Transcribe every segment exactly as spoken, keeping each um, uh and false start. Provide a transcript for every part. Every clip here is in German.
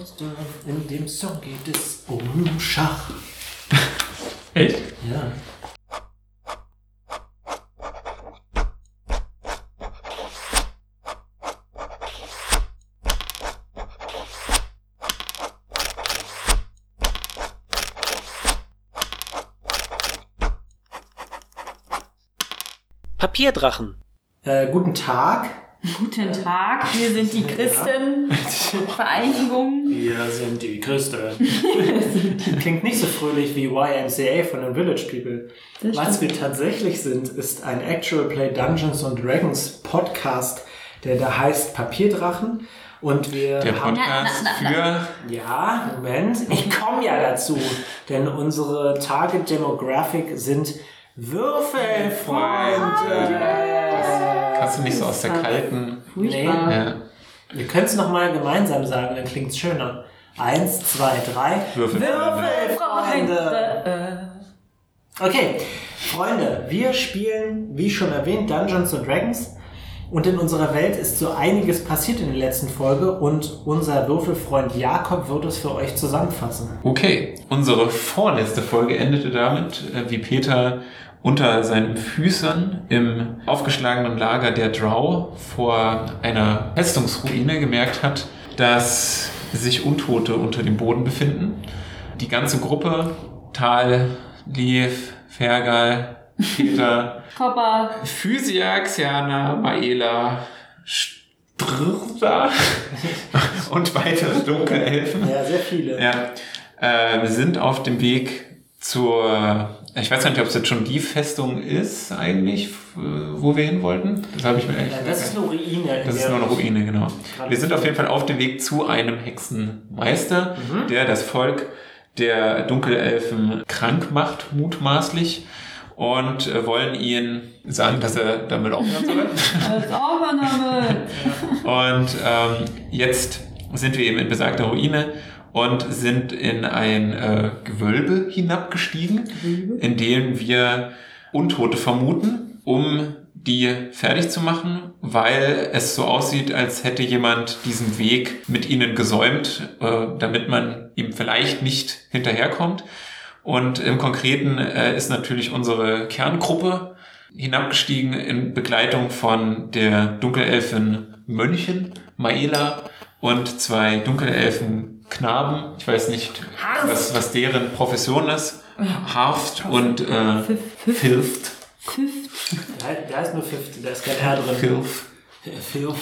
In dem Song geht es um Schach. Echt? Ja. Papierdrachen. Äh, guten Tag. Guten Tag, wir sind die Christen-Vereinigung. Wir sind die Christen. Klingt nicht so fröhlich wie Y M C A von den Village People. Das Was stimmt. wir tatsächlich sind, ist ein Actual Play Dungeons and Dragons Podcast, der da heißt Papierdrachen. Und wir Der haben... Podcast Na, na, na, für... Ja, Moment. Ich komme ja dazu. Denn unsere Target Demographic sind Würfelfreunde. Kannst du nicht so aus der kalten... Furchtbar. Ja. Wir können es nochmal gemeinsam sagen, dann klingt es schöner. Eins, zwei, drei. Würfelfreunde. Würfelfreunde. Okay, Freunde, wir spielen, wie schon erwähnt, Dungeons and Dragons. Und in unserer Welt ist so einiges passiert in der letzten Folge und unser Würfelfreund Jakob wird es für euch zusammenfassen. Okay, unsere vorletzte Folge endete damit, äh, wie Peter unter seinen Füßen im aufgeschlagenen Lager der Drow vor einer Festungsruine gemerkt hat, dass sich Untote unter dem Boden befinden. Die ganze Gruppe, Tal, Lev, Fergal, Peter, Kopper. Physia, Xiana, Maela, Strrda und weitere Dunkelelfen. Ja, sehr viele. Ja, äh, wir sind auf dem Weg zur, ich weiß nicht, ob es jetzt schon die Festung ist eigentlich, wo wir hin wollten. Das habe ich mir eigentlich. Ja, das ist eine Ruine. in Das ist der- nur eine Ruine, genau. Wir sind auf jeden Fall auf dem Weg zu einem Hexenmeister, Mhm. der das Volk der Dunkelelfen krank macht, mutmaßlich. Und äh, wollen ihnen sagen, dass er damit aufhören soll. Als Aufnahme. Und ähm, jetzt sind wir eben in besagter Ruine und sind in ein äh, Gewölbe hinabgestiegen, in dem wir Untote vermuten, um die fertig zu machen, weil es so aussieht, als hätte jemand diesen Weg mit ihnen gesäumt, äh, damit man ihm vielleicht nicht hinterherkommt. Und im Konkreten äh, ist natürlich unsere Kerngruppe hinabgestiegen in Begleitung von der Dunkelelfin Mönchin, Maela und zwei Dunkelelfen-Knaben. Ich weiß nicht, was, was deren Profession ist. Harft und äh, Filth. Der, der heißt nur Fifth, da ist kein R drin. Filth. Filth.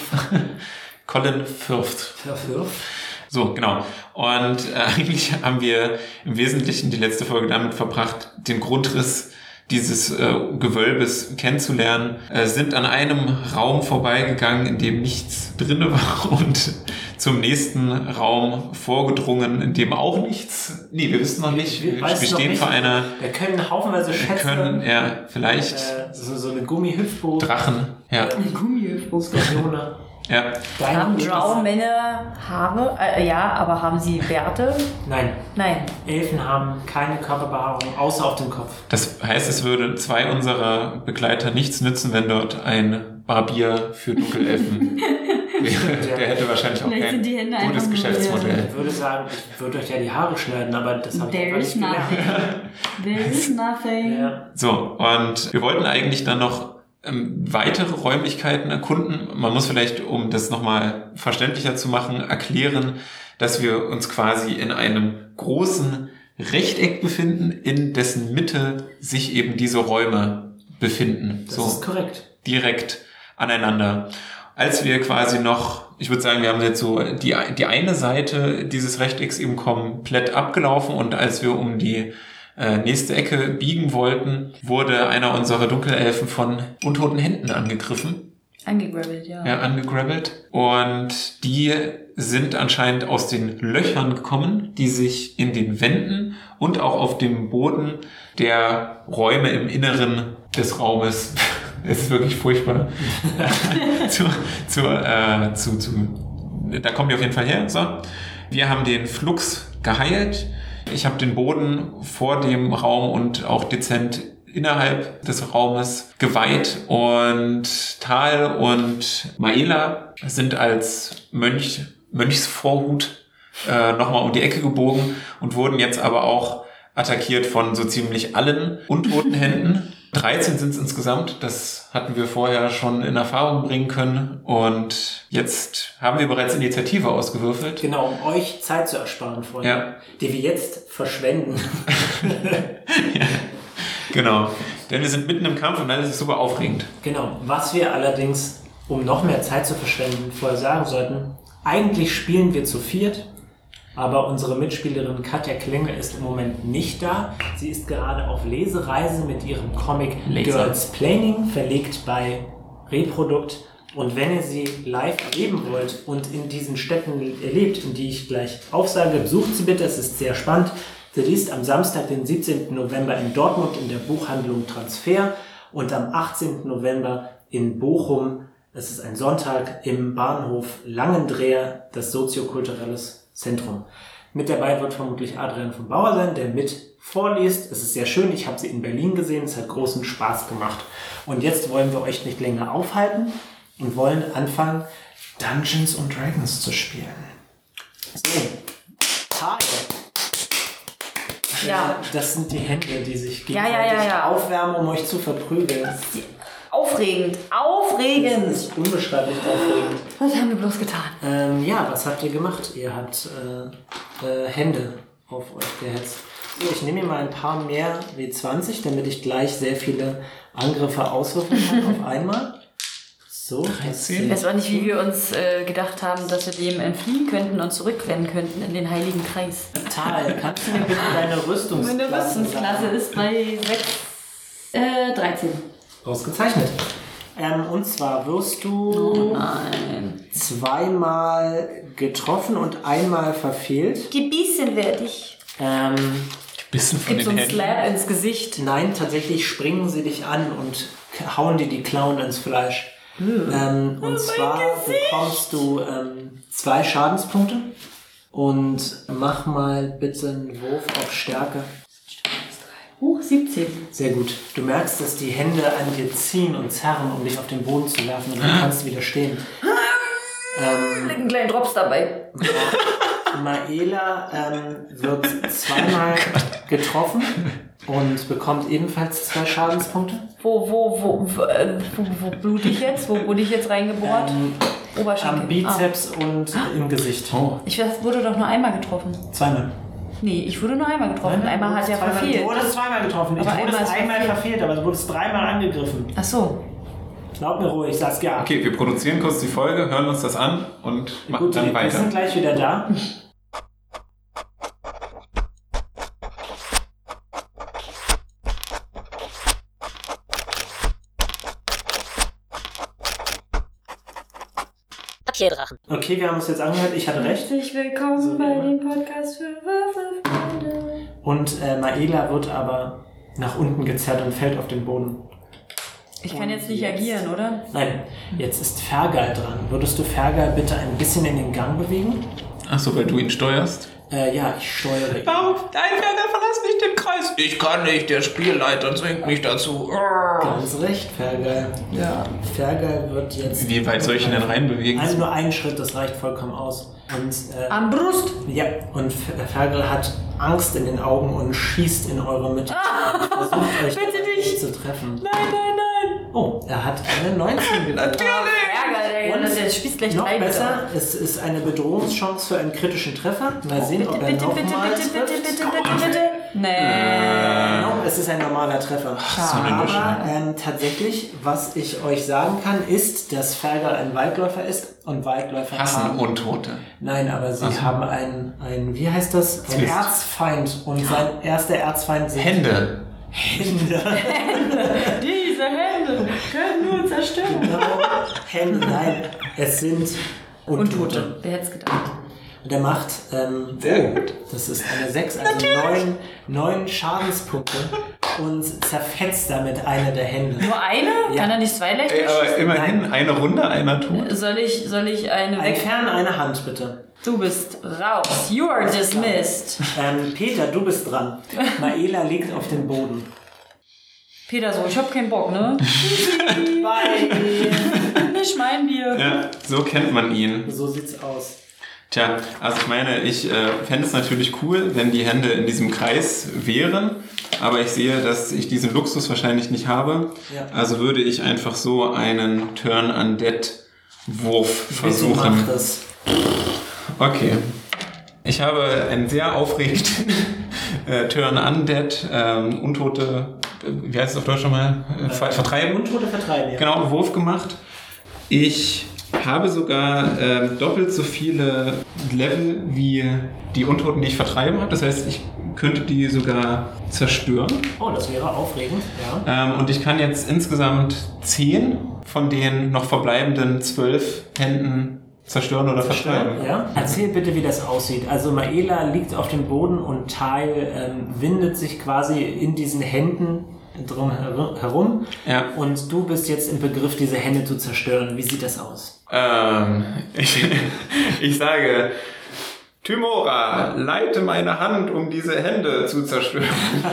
Colin Firth. Filth. So, genau. Und äh, eigentlich haben wir im Wesentlichen die letzte Folge damit verbracht, den Grundriss dieses äh, Gewölbes kennenzulernen, äh, sind an einem Raum vorbeigegangen, in dem nichts drin war und zum nächsten Raum vorgedrungen, in dem auch nichts. Nee, wir wissen noch nicht. Wir, wir weiß stehen noch nicht. vor einer... Wir können haufenweise Wir Schätze. können, ja, vielleicht Äh, so, so eine Gummihüpfburg. Drachen. Ja, Gummihüpfburg. Skorpione. ja. Dein Haben Gutes. Drow-Männer Haare? Äh, ja, aber haben sie Bärte? Nein, Nein. Elfen haben keine Körperbehaarung, außer auf dem Kopf. Das heißt, es würde zwei unserer Begleiter nichts nützen, wenn dort ein Barbier für Dunkelelfen wäre. Der hätte wahrscheinlich auch Vielleicht kein sind die Hände gutes einfach nur, Geschäftsmodell. Ich würde sagen, ich würde euch ja die Haare schneiden, aber das habe ich einfach There's nicht gelernt. nothing. There's nothing. Ja. So, und wir wollten eigentlich dann noch ähm, weitere Räumlichkeiten erkunden. Man muss vielleicht, um das nochmal verständlicher zu machen, erklären, dass wir uns quasi in einem großen Rechteck befinden, in dessen Mitte sich eben diese Räume befinden. Das so ist korrekt. direkt aneinander. Als wir quasi noch, ich würde sagen, wir haben jetzt so die, die eine Seite dieses Rechtecks eben komplett abgelaufen und als wir um die äh, nächste Ecke biegen wollten, wurde einer unserer Dunkelelfen von untoten Händen angegriffen. Angegrabbelt, ja. Ja, angegrabbelt. Und die sind anscheinend aus den Löchern gekommen, die sich in den Wänden und auch auf dem Boden der Räume im Inneren des Raumes, es ist wirklich furchtbar, zu, zu, äh, zu, zu, da kommen die auf jeden Fall her. So. Wir haben den Flux geheilt. Ich habe den Boden vor dem Raum und auch dezent innerhalb des Raumes geweiht und Tal und Maela sind als Mönch, Mönchsvorhut äh, nochmal um die Ecke gebogen und wurden jetzt aber auch attackiert von so ziemlich allen untoten Händen. dreizehn sind es insgesamt, das hatten wir vorher schon in Erfahrung bringen können und jetzt haben wir bereits Initiative ausgewürfelt. Genau, um euch Zeit zu ersparen, Freunde, ja. die wir jetzt verschwenden. Ja, genau, denn wir sind mitten im Kampf und alles ist super aufregend. Genau, was wir allerdings, um noch mehr Zeit zu verschwenden, vorher sagen sollten, eigentlich spielen wir zu viert, aber unsere Mitspielerin Katja Klingel ist im Moment nicht da. Sie ist gerade auf Lesereise mit ihrem Comic Laser. Girls Planning, verlegt bei Reprodukt. Und wenn ihr sie live erleben wollt und in diesen Städten erlebt, in die ich gleich aufsage, besucht sie bitte, es ist sehr spannend. Sie liest am Samstag, den siebzehnten November in Dortmund in der Buchhandlung Transfer und am achtzehnten November in Bochum, es ist ein Sonntag, im Bahnhof Langendreher, das soziokulturelles Zentrum. Mit dabei wird vermutlich Adrian von Bauer sein, der mit vorliest. Es ist sehr schön, ich habe sie in Berlin gesehen, es hat großen Spaß gemacht. Und jetzt wollen wir euch nicht länger aufhalten und wollen anfangen, Dungeons and Dragons zu spielen. So, Tage. Ja. Das sind die Hände, die sich Ja, gegenseitig ja, ja, ja. aufwärmen, um euch zu verprügeln. Aufregend, aufregend. Das ist unbeschreiblich aufregend. Was haben wir bloß getan? Ähm, ja, was habt ihr gemacht? Ihr habt äh, äh, Hände auf euch gehetzt. So, ich nehme mir mal ein paar mehr W zwanzig, damit ich gleich sehr viele Angriffe auswürfeln kann auf einmal. So, dreizehn. Ich weiß auch nicht, wie wir uns äh, gedacht haben, dass wir dem entfliehen könnten und zurückrennen könnten in den heiligen Kreis. Tal, kannst du mir bitte deine Rüstungsklasse Meine Rüstungsklasse sagen? ist bei sechs, äh, dreizehn. Ausgezeichnet. Ähm, und zwar wirst du Oh nein. zweimal getroffen und einmal verfehlt. Gebissen werde ich. Ähm, Bisschen von Gibt den so einen Händen. Slap ins Gesicht. nein, tatsächlich springen sie dich an und k- hauen dir die Klauen ins Fleisch. Ähm, und zwar bekommst du ähm, zwei Schadenspunkte und mach mal bitte einen Wurf auf Stärke. Huch, siebzehn. Sehr gut. Du merkst, dass die Hände an dir ziehen und zerren, um dich auf den Boden zu werfen, und du kannst widerstehen. Ähm, Einen kleinen Drops dabei. Maela ähm, wird zweimal getroffen und bekommt ebenfalls zwei Schadenspunkte. Wo, wo, wo, wo, äh, wo, wo blute ich jetzt? Wo wurde ich jetzt reingebohrt? Ähm, Oberschenkel. am Bizeps und im Gesicht. Oh. Ah. Ich wurde doch nur einmal getroffen. Zweimal. Nee, ich wurde nur einmal getroffen. Nein, einmal du hat wurdest er zweimal- verfehlt. Du wurdest zweimal getroffen. Ich Aber wurde einmal ist einmal verfehlt. verfehlt, aber du wurdest dreimal angegriffen. Ach so. Glaub mir ruhig, Saskia. Okay, wir produzieren kurz die Folge, hören uns das an und machen Gut, dann wir, wir sind weiter. gleich wieder da. Papierdrachen. Okay, wir haben uns jetzt angehört. Ich hatte recht. Herzlich willkommen So, bei ja. dem Podcast für Würfelfreunde. Und äh, Maela wird aber nach unten gezerrt und fällt auf den Boden. Ich kann Und jetzt nicht jetzt- agieren, oder? Nein, jetzt ist Fergal dran. Würdest du Fergal bitte ein bisschen in den Gang bewegen? Achso, weil du ihn steuerst? Äh, ja, ich steuere ihn. Warum? Nein, Fergal, verlass nicht den Kreis. Ich kann nicht, der Spielleiter zwingt mich dazu. Ganz recht, Fergal. Ja. Fergal wird jetzt... Wie weit soll ich ihn denn reinbewegen? Also nur einen Schritt, das reicht vollkommen aus. Und, äh, Am Brust. ja, und Fer- Fergal hat Angst in den Augen und schießt in eure Mitte. Versucht euch bitte dabei nicht. zu treffen. Nein, nein, nein. Oh, er hat eine neunzehn gewürfelt. Ärger, der, Und der spießt gleich noch drei. besser, es ist eine Bedrohungschance für einen kritischen Treffer. Mal sehen, ob Bitte, er bitte, bitte, nochmal bitte, bitte, trifft. bitte, bitte, bitte. Nee. No, es ist ein normaler Treffer. so eine Lusche. Aber ähm, tatsächlich, was ich euch sagen kann, ist, dass Fergal ein Waldläufer ist und Waldläufer Hassen haben... Untote. Nein, aber sie Ach so. haben einen, einen, wie heißt das? Ein Zwist. Erzfeind. Und sein erster Erzfeind sind Hände. Hände. Diese Hände können nur zerstören. Genau. Hände, nein. Es sind Untote. Untote. Wer hätte es gedacht? Und er macht, ähm, Sehr gut. das ist eine sechs, also neun, neun Schadenspunkte und zerfetzt damit eine der Hände. Nur eine? Ja. Kann er nicht zwei leicht Ey, aber durchschießen? immerhin eine Runde, einer tot. Soll ich, soll ich eine weg? Entferne eine Hand, bitte. Du bist raus. You are dismissed. Ähm, Peter, du bist dran. Maela liegt auf dem Boden. Peter so, ich hab keinen Bock, ne? Bye. Nicht mein Bier. Ja, so kennt man ihn. So sieht's aus. Tja, also ich meine, ich äh, fände es natürlich cool, wenn die Hände in diesem Kreis wären, aber ich sehe, dass ich diesen Luxus wahrscheinlich nicht habe. Ja. Also würde ich einfach so einen Turn-Undead-Wurf versuchen. Mach das. Okay. Ich habe einen sehr aufregenden äh, Turn-Undead, ähm, Untote, äh, wie heißt es auf Deutsch nochmal? Äh, vertreiben? Untote vertreiben, ja. Genau, Wurf gemacht. Ich habe sogar äh, doppelt so viele Level wie die Untoten, die ich vertreiben habe. Das heißt, ich könnte die sogar zerstören. Oh, das wäre aufregend, ja. Ähm, und ich kann jetzt insgesamt zehn von den noch verbleibenden zwölf Händen zerstören oder vertreiben. Ja. Erzähl bitte, wie das aussieht. Also Maela liegt auf dem Boden und Tal ähm, windet sich quasi in diesen Händen drum herum. Ja. Und du bist jetzt im Begriff, diese Hände zu zerstören. Wie sieht das aus? Ähm, ich, ich sage, Tymora, leite meine Hand, um diese Hände zu zerstören.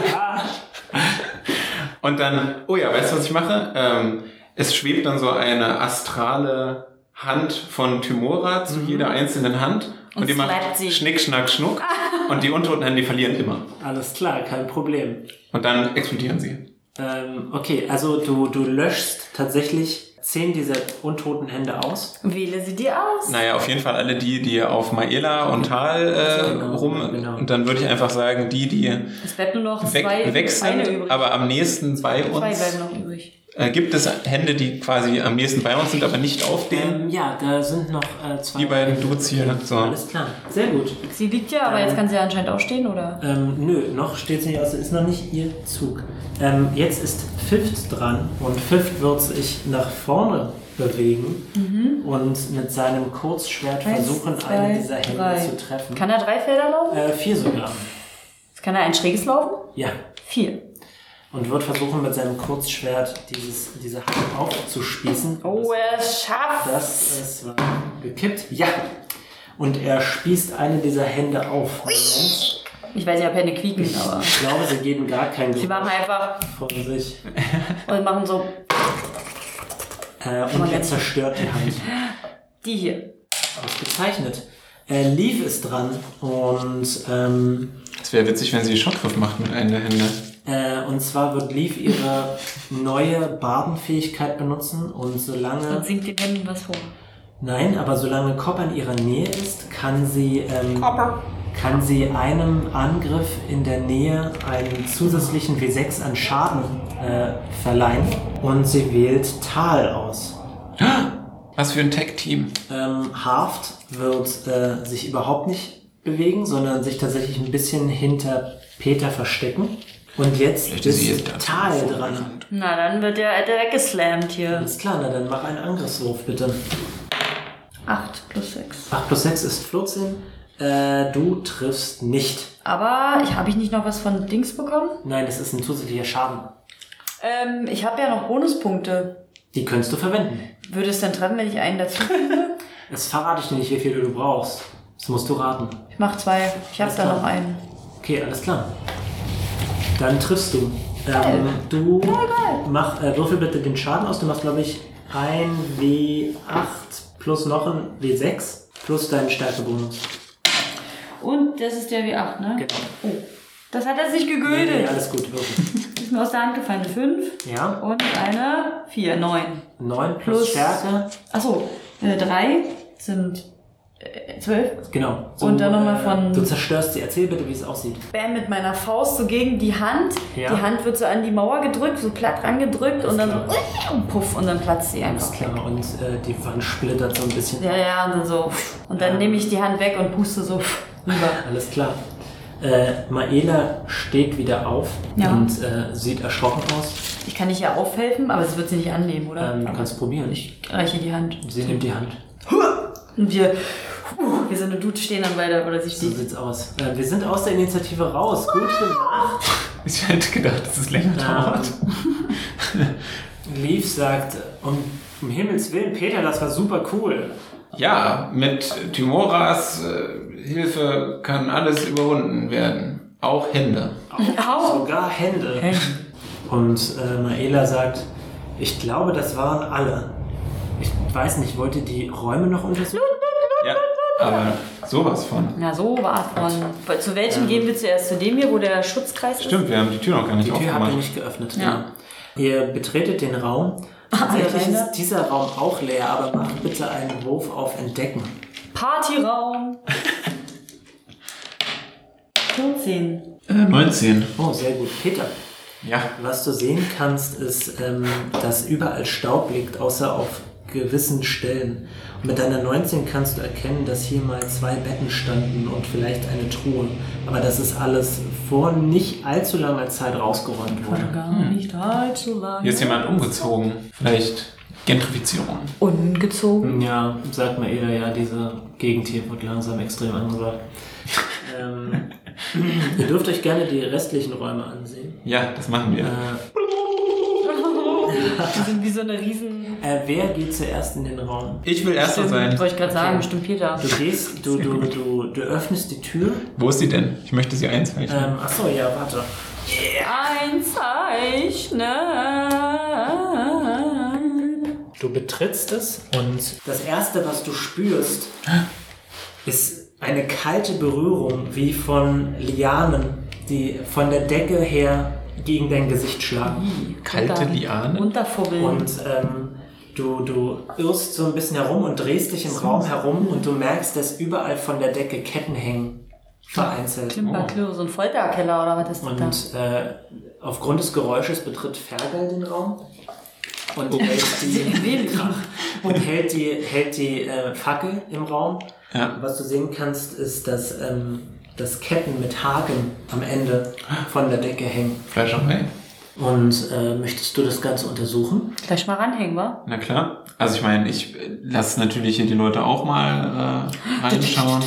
Und dann, oh ja, weißt du, was ich mache? Ähm, es schwebt dann so eine astrale Hand von Tymora zu mhm. jeder einzelnen Hand. Und, und die macht sie. Schnick, Schnack, Schnuck. Und die untoten Hände, die verlieren immer. Alles klar, kein Problem. Und dann explodieren sie. Ähm, okay, also du, du löschst tatsächlich zehn dieser untoten Hände aus. Wähle sie dir aus. Naja, auf jeden Fall alle die, die auf Maela und Tal äh, so, genau, rum... Genau. Und dann würde ich einfach sagen, die, die es bleibt nur noch weg, zwei weg sind, übrig. Aber am nächsten bei uns... Zwei bleiben noch übrig. Äh, gibt es Hände, die quasi am nächsten bei uns sind, aber nicht auf denen? Ähm, ja, da sind noch äh, zwei. Die beiden Dudes hier. So. Alles klar, sehr gut. Sie liegt ja, aber ähm, jetzt kann sie ja anscheinend auch stehen, oder? Ähm, nö, noch steht sie nicht aus, ist noch nicht ihr Zug. Ähm, jetzt ist Fifth dran und Fifth wird sich nach vorne bewegen mhm. und mit seinem Kurzschwert Eins, versuchen, zwei, einen dieser Hände drei. zu treffen. Kann er drei Felder laufen? Äh, vier sogar. Kann er ein schräges laufen? Ja. Vier. Und wird versuchen, mit seinem Kurzschwert dieses, diese Hand aufzuspießen. Oh, er schafft das. Das war gekippt. Ja. Und er spießt eine dieser Hände auf. Moment. Ich weiß nicht, ob Hände quieken, aber... Ich glaube, sie geben gar keinen Sie machen einfach... von sich. Und machen so... Äh, und er zerstört die Hand. Die hier. Ausgezeichnet. Äh, Leaf ist dran und... Ähm, es wäre witzig, wenn sie Schockgriff macht mit einer der Hände. Äh, und zwar wird Leaf ihre neue Bardenfähigkeit benutzen und solange... Und singt den Händen was vor. Nein, aber solange Copper in ihrer Nähe ist, kann sie... Ähm, kann sie einem Angriff in der Nähe einen zusätzlichen W sechs an Schaden äh, verleihen. Und sie wählt Tal aus. Was für ein Tech-Team. Ähm, Haft wird äh, sich überhaupt nicht bewegen, sondern sich tatsächlich ein bisschen hinter Peter verstecken. Und jetzt Vielleicht ist Tal dran. Na, dann wird der Alter weggeslammt hier. Alles klar, na dann mach einen Angriffswurf bitte. acht plus sechs. acht plus sechs ist vierzehn. Äh, du triffst nicht. Aber ich habe ich nicht noch was von Dings bekommen? Nein, das ist ein zusätzlicher Schaden. Ähm, ich habe ja noch Bonuspunkte. Die könntest du verwenden. Würde es denn treffen, wenn ich einen dazu finde? Das verrate ich dir nicht, wie viel du brauchst. Das musst du raten. Ich mach zwei. Ich habe da noch einen. Okay, alles klar. Dann triffst du. Ähm, du geil, geil. Mach, äh, würfel bitte den Schaden aus. Du machst, glaube ich, ein W acht plus noch ein W sechs plus deinen Stärkebonus. Und das ist der W acht, ne? Genau. Oh, das hat er sich gegüldet. Nee, nee, alles gut, wirklich. Ist mir aus der Hand gefallen. Eine fünf. Ja. Und eine vier, neun. neun plus, plus Stärke. Achso, äh, drei sind zwölf. Genau. So, und dann nochmal von... Du zerstörst sie. Erzähl bitte, wie es aussieht. Bam, mit meiner Faust so gegen die Hand. Ja. Die Hand wird so an die Mauer gedrückt, so platt rangedrückt und dann klar. so und puff und dann platzt sie einfach. Alles klar. Und äh, die Wand splittert so ein bisschen. Ja, ja, und dann so. Und dann ja. nehme ich die Hand weg und puste so rüber. Alles klar. Äh, Maela steht wieder auf ja. und äh, sieht erschrocken aus. Ich kann nicht ja aufhelfen, aber sie wird sie nicht annehmen, oder? Ähm, du kannst probieren. Ich reiche die Hand. Sie nimmt die Hand. Und wir... Uh, wir sind eine Dude, stehen dann weiter, oder sie steht. So sieht's aus. Äh, wir sind aus der Initiative raus. Gute Nacht. Ich hätte gedacht, dass es länger dauert. Leaf sagt, um, um Himmels Willen, Peter, das war super cool. Ja, mit Tymoras äh, Hilfe kann alles überwunden werden. Auch Hände. Auch sogar Hände. Hände. Und äh, Maela sagt, ich glaube, das waren alle. Ich weiß nicht, wollt ihr die Räume noch untersuchen? Ja, aber sowas von. Ja, so war es von. Zu welchem ähm, gehen wir zuerst? Zu dem hier, wo der Schutzkreis ist? Stimmt, wir haben die Tür noch gar nicht aufgemacht. Die Tür habt ihr nicht geöffnet, ja. ja. Ihr betretet den Raum. Tatsächlich ist dieser Raum auch leer, aber macht bitte einen Wurf auf Entdecken. Partyraum. vierzehn. Äh, neunzehn. Oh, sehr gut. Peter. Ja. Was du sehen kannst, ist, ähm, dass überall Staub liegt, außer auf gewissen Stellen. Und mit deiner neunzehn kannst du erkennen, dass hier mal zwei Betten standen und vielleicht eine Truhe. Aber das ist alles vor nicht allzu langer Zeit rausgeräumt worden. Vor gar nicht allzu lange. Hier ist jemand umgezogen. Vielleicht Gentrifizierung. Umgezogen? Ja, sagt mal Eda, ja, diese Gegend hier wird langsam extrem angesagt. ähm, ihr dürft euch gerne die restlichen Räume ansehen. Ja, das machen wir. Äh, Die sind wie so eine riesen... Äh, wer geht zuerst in den Raum? Ich will erster sein. Wollte ich gerade sagen, bestimmt Peter. Du gehst, du, du, du, du öffnest die Tür. Wo ist sie denn? Ich möchte sie einzeichnen. Ähm, achso, ja, warte. Einzeichnen. Du betrittst es und das Erste, was du spürst, ist eine kalte Berührung, wie von Lianen, die von der Decke her gegen dein Gesicht schlagen. Kalte Lianen? Runterfubbeln. Und ähm, du, du irrst so ein bisschen herum und drehst dich im Raum herum und du merkst, dass überall von der Decke Ketten hängen, vereinzelt. Klimperklirr, so ein Folterkeller oder was ist das da? Und äh, aufgrund des Geräusches betritt Fergal den Raum und oh. hält die, und hält die, hält die äh, Fackel im Raum. Ja. Was du sehen kannst, ist, dass, ähm, dass Ketten mit Haken am Ende von der Decke hängen. Fleischerei. Und äh, möchtest du das Ganze untersuchen? Gleich mal ranhängen, wa? Na klar. Also ich meine, ich lasse natürlich hier die Leute auch mal äh, reinschauen.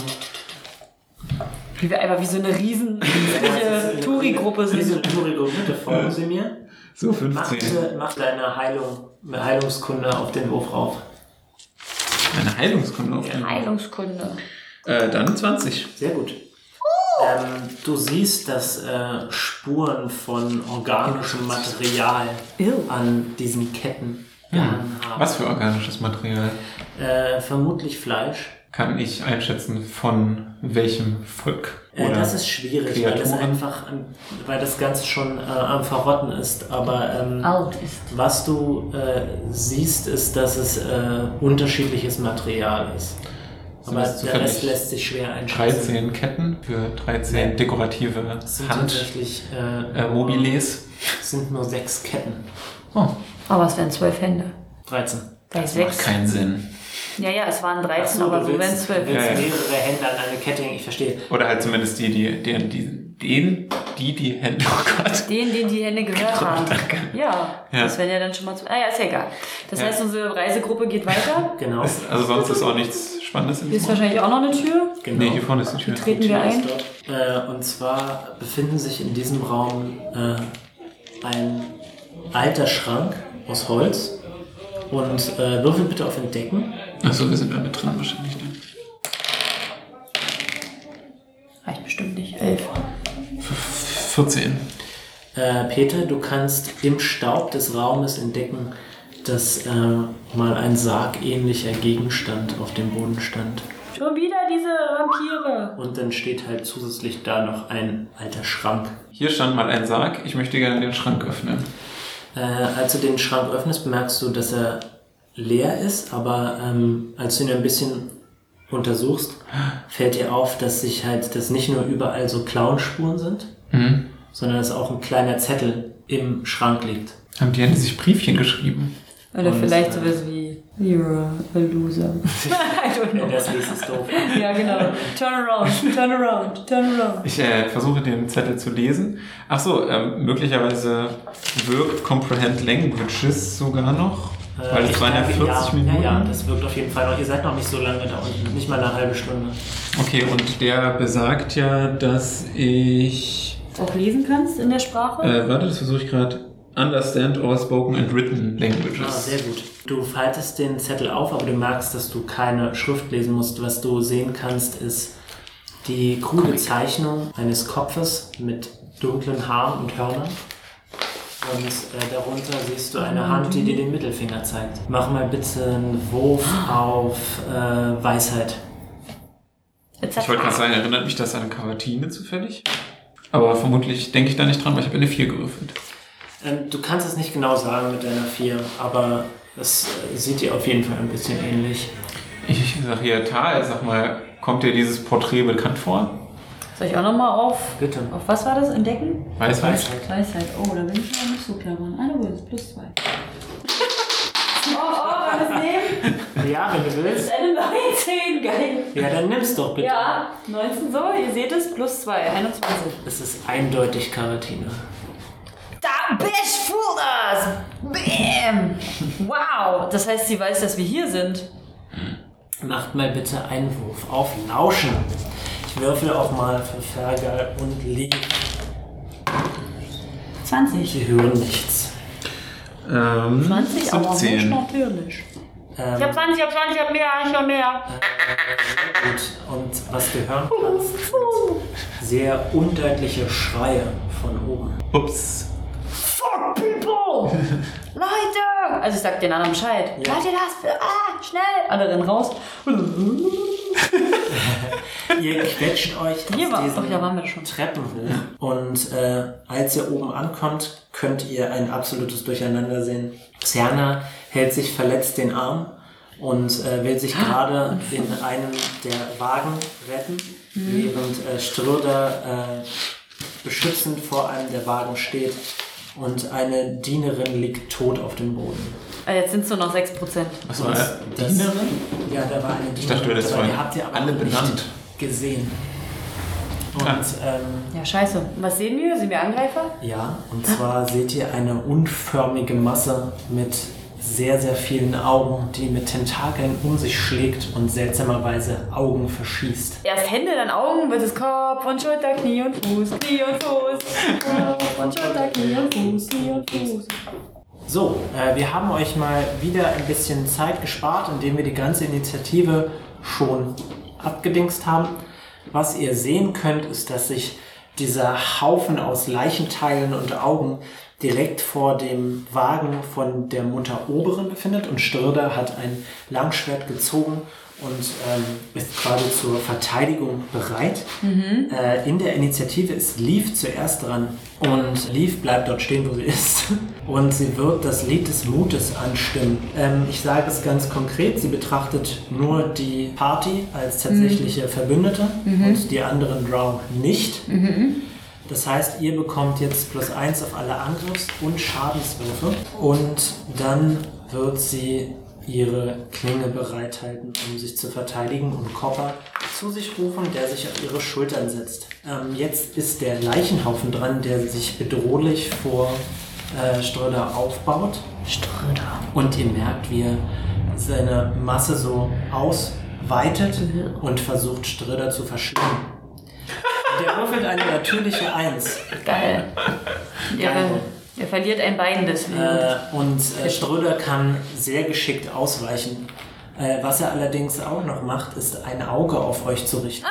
Wie wir einfach wie so eine riesen ja, Touri-Gruppe sind. Wie so eine Touri-Gruppe, bitte folgen Sie mir. So, fünfzehn. Mach, mach deine Heilung, Heilungskunde auf den Wurf rauf. Eine Heilungskunde auf den Wurf? Heilungskunde. Äh, dann zwanzig. Sehr gut. Oh. Ähm, du siehst, dass äh, Spuren von organischem Material Ew. an diesen Ketten gehangen hm. haben. Was für organisches Material? Äh, vermutlich Fleisch. Kann ich einschätzen, von welchem Volk? Äh, das ist schwierig, Kreaturen? weil das einfach, weil das Ganze schon äh, am Verrotten ist. Aber ähm, alt ist. Was du äh, siehst, ist, dass es äh, unterschiedliches Material ist. Sind aber der Rest lässt sich schwer einschätzen. dreizehn Ketten für dreizehn nee. dekorative Hand äh, äh, Mobiles. Sind nur sechs Ketten. Oh. Aber es wären zwölf Hände. dreizehn. Das macht keinen Sinn. Ja, ja, es waren dreizehn, so, aber so wären es zwölf. Du willst ja, ja. mehrere Hände an eine Kette hängen, ich verstehe. Oder halt zumindest die, die, die, die, den, die, die Hände, oh Gott. Den, den die Hände gehört haben. Ja, ja, das wären ja dann schon mal... Ah ja, ist ja egal. Das ja. heißt, unsere Reisegruppe geht weiter. Genau. Ist, also sonst ist auch nichts Spannendes. Hier ist wahrscheinlich auch noch eine Tür. Genau. Nee, hier vorne ist die Tür. Die treten wir ein. Äh, und zwar befinden sich in diesem Raum äh, ein alter Schrank aus Holz. Und äh, würfel bitte auf Entdecken. Achso, wir sind alle drin wahrscheinlich. Ne? Reicht bestimmt nicht. Elf. vierzehn. Äh, Peter, du kannst im Staub des Raumes entdecken, dass äh, mal ein sargähnlicher Gegenstand auf dem Boden stand. Schon wieder diese Vampire. Und dann steht halt zusätzlich da noch ein alter Schrank. Hier stand mal ein Sarg. Ich möchte gerne den Schrank öffnen. Äh, als du den Schrank öffnest, bemerkst du, dass er leer ist, aber ähm, als du ihn ein bisschen untersuchst, fällt dir auf, dass sich halt, dass nicht nur überall so Klauenspuren sind, mhm. sondern dass auch ein kleiner Zettel im Schrank liegt. Haben die sich Briefchen geschrieben? Oder und, vielleicht äh, sowas wie You're a loser. I don't know. Ja, das liest es doof. Ja, genau. Turn around, turn around, turn around. Ich äh, versuche den Zettel zu lesen. Ach so, ähm, möglicherweise wirkt Comprehend Languages sogar noch. Äh, weil es waren ja vierzig ja, Minuten. Ja, ja, das wirkt auf jeden Fall noch. Ihr seid noch nicht so lange da unten, nicht mal eine halbe Stunde. Okay, und der besagt ja, dass ich... auch lesen kannst in der Sprache? Äh, warte, das versuche ich gerade. Understand all spoken and written languages. Ah, sehr gut. Du faltest den Zettel auf, aber du merkst, dass du keine Schrift lesen musst. Was du sehen kannst, ist die krude Zeichnung eines Kopfes mit dunklen Haaren und Hörnern. Und äh, darunter siehst du eine Hand, die dir den Mittelfinger zeigt. Mach mal bitte einen Wurf auf äh, Weisheit. Ich wollte gerade sagen, erinnert mich das an Cavatine zufällig? Aber vermutlich denke ich da nicht dran, weil ich habe eine vier gewürfelt. Ähm, du kannst es nicht genau sagen mit deiner vier, aber es äh, sieht dir auf jeden Fall ein bisschen ähnlich. Ich sag hier, Tal, sag mal, kommt dir dieses Porträt bekannt vor? Soll ich auch nochmal auf, Bitte. auf was war das? Entdecken? Weisheit. Weisheit. Oh, da bin ich noch nicht so klar geworden. Ah, du willst, plus zwei. oh, oh, kann das nehmen? Ja, wenn du willst. Das ist eine neunzehn, geil. Ja, dann nimm's doch bitte. Ja, neunzehn so, ihr seht es, plus zwei, einundzwanzig. Es ist eindeutig Cavatine. Da bist du das! Bam! Wow! Das heißt, sie weiß, dass wir hier sind. Macht mal bitte einen Wurf auf Lauschen. Ich würfel auch mal für Fergal und Lee. zwanzig. Sie hören nichts. Ähm, zwanzig, aber siebzehn. nicht natürlich. Ähm, Ich hab zwanzig, ich hab zwanzig, ich hab mehr, ich hab mehr. Sehr gut. Und was du hören kannst, sind sehr undeutliche Schreie von oben. Ups. Fuck people! Leute! Also ich sag den anderen Bescheid. Ja. Leute, das, ah, schnell! Alle rennen raus. Ihr quetscht euch Hier aus war- diesen ach, da waren wir schon. Treppen hoch. Und äh, als ihr oben ankommt, könnt ihr ein absolutes Durcheinander sehen. Xerna hält sich verletzt den Arm und äh, will sich gerade in einem der Wagen retten, während äh, Ströder äh, beschützend vor einem der Wagen steht und eine Dienerin liegt tot auf dem Boden. Ah, jetzt sind es nur noch sechs Prozent. Achso, Und äh, das- Dienerin? Ja, da war eine Dienerin. Ich dachte, das dabei, waren die habt ihr aber alle nicht benannt. gesehen. Und Ah. ähm, Ja, scheiße. Und was sehen wir? Sind wir Angreifer? ja, und zwar seht ihr eine unförmige Masse mit sehr, sehr vielen Augen, die mit Tentakeln um sich schlägt und seltsamerweise Augen verschießt. Erst Hände, dann Augen, wird es Kopf und Schulter, Knie und Fuß, Knie und Fuß. Kopf und Schulter, Knie und Fuß, Knie und Fuß. So, äh, wir haben euch mal wieder ein bisschen Zeit gespart, indem wir die ganze Initiative schon abgedingst haben. Was ihr sehen könnt, ist, dass sich dieser Haufen aus Leichenteilen und Augen direkt vor dem Wagen von der Mutter Oberin befindet und Ströder hat ein Langschwert gezogen und ähm, ist quasi zur Verteidigung bereit. Mhm. Äh, in der Initiative ist Leaf zuerst dran und Leaf bleibt dort stehen, wo sie ist und sie wird das Lied des Mutes anstimmen. Ähm, ich sage es ganz konkret, sie betrachtet nur die Party als tatsächliche mhm. Verbündete mhm. und die anderen Drow nicht. Mhm. Das heißt, ihr bekommt jetzt plus eins auf alle Angriffs- und Schadenswürfe und dann wird sie ihre Klinge bereithalten, um sich zu verteidigen und Copper zu sich rufen, der sich auf ihre Schultern setzt. Ähm, jetzt ist der Leichenhaufen dran, der sich bedrohlich vor äh, Ströder aufbaut. Ströder. Und ihr merkt, wie er seine Masse so ausweitet und versucht, Ströder zu verschlingen. Der würfelt eine natürliche Eins. Geil. Geil. Er verliert ein Bein deswegen. Äh, und äh, Ströder kann sehr geschickt ausweichen. Äh, was er allerdings auch noch macht, ist ein Auge auf euch zu richten.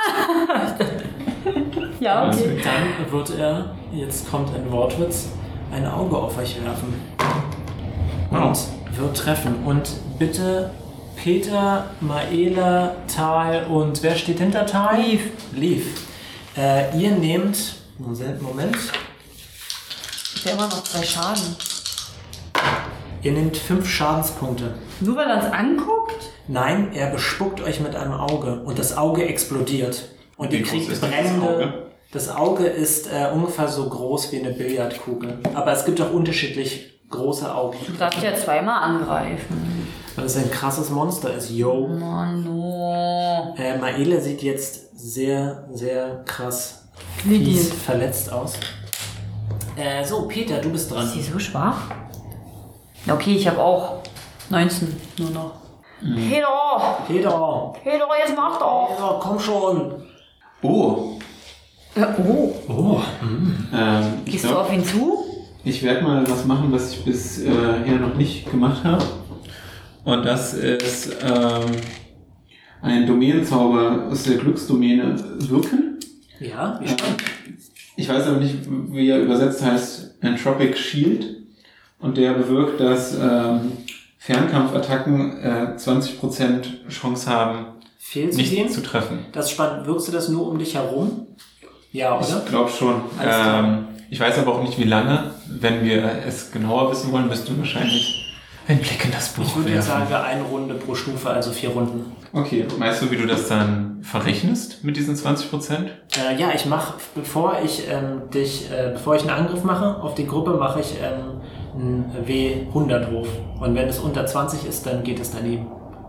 Ja, okay. Und dann wird er, jetzt kommt ein Wortwitz, ein Auge auf euch werfen. Und wird treffen. Und bitte Peter, Maela, Tal und wer steht hinter Tal? Leaf. Leaf. Äh, ihr nehmt, Moment, Ich habe immer noch drei Schaden. ihr nehmt fünf Schadenspunkte. Nur weil er uns anguckt? Nein, er bespuckt euch mit einem Auge und das Auge explodiert. Und Wie ihr groß kriegt ist das brennende... Auge? Das Auge ist äh, ungefähr so groß wie eine Billardkugel. Aber es gibt auch unterschiedlich große Augen. Du darfst ja zweimal angreifen. Weil es ein krasses Monster ist. Yo. Mann, no. Äh, Maela sieht jetzt sehr, sehr krass Wie fies verletzt aus. Äh, so, Peter, du bist dran. Ist sie so schwach? Okay, ich habe auch neunzehn nur noch. Mhm. Peter! Peter! Peter, jetzt mach doch! Peter, komm schon! Oh. Ja, oh. Oh. Ähm, ich Gehst du glaub, auf ihn zu? ich werde mal was machen, was ich bisher äh, noch nicht gemacht habe. Und das ist ähm, ein Domänenzauber aus der Glücksdomäne wirken. Ja, wie Ähm, ich weiß aber nicht, wie er übersetzt heißt, Entropic Shield. Und der bewirkt, dass ähm, Fernkampfattacken äh, zwanzig Prozent Chance haben. Fehlst du nicht dem? zu treffen. Das ist spannend. Wirkst du das nur um dich herum? Ja, oder? Ich glaube schon. Ähm, ich weiß aber auch nicht, wie lange. Wenn wir es genauer wissen wollen, müssten wir wahrscheinlich einen Blick in das Buch Ich würde werfen. sagen, eine Runde pro Stufe, also vier Runden. Okay, weißt du, wie du das dann verrechnest mit diesen zwanzig Prozent? Äh, ja, ich mache, bevor ich ähm, dich, äh, bevor ich einen Angriff mache auf die Gruppe, mache ich ähm, einen W hundert Wurf. Und wenn es unter zwanzig ist, dann geht es daneben.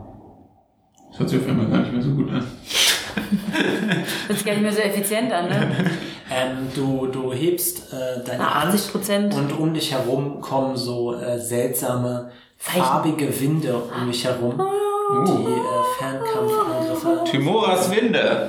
Das hört sich auf einmal gar nicht mehr so gut an. Hört sich gar nicht mehr so effizient an, ne? ähm, du, du hebst äh, deine Ah, Hand achtzig Prozent. und um dich herum kommen so äh, seltsame, Zeichen. farbige Winde um dich herum, die äh, Fernkampfangriffe. Timoras Winde.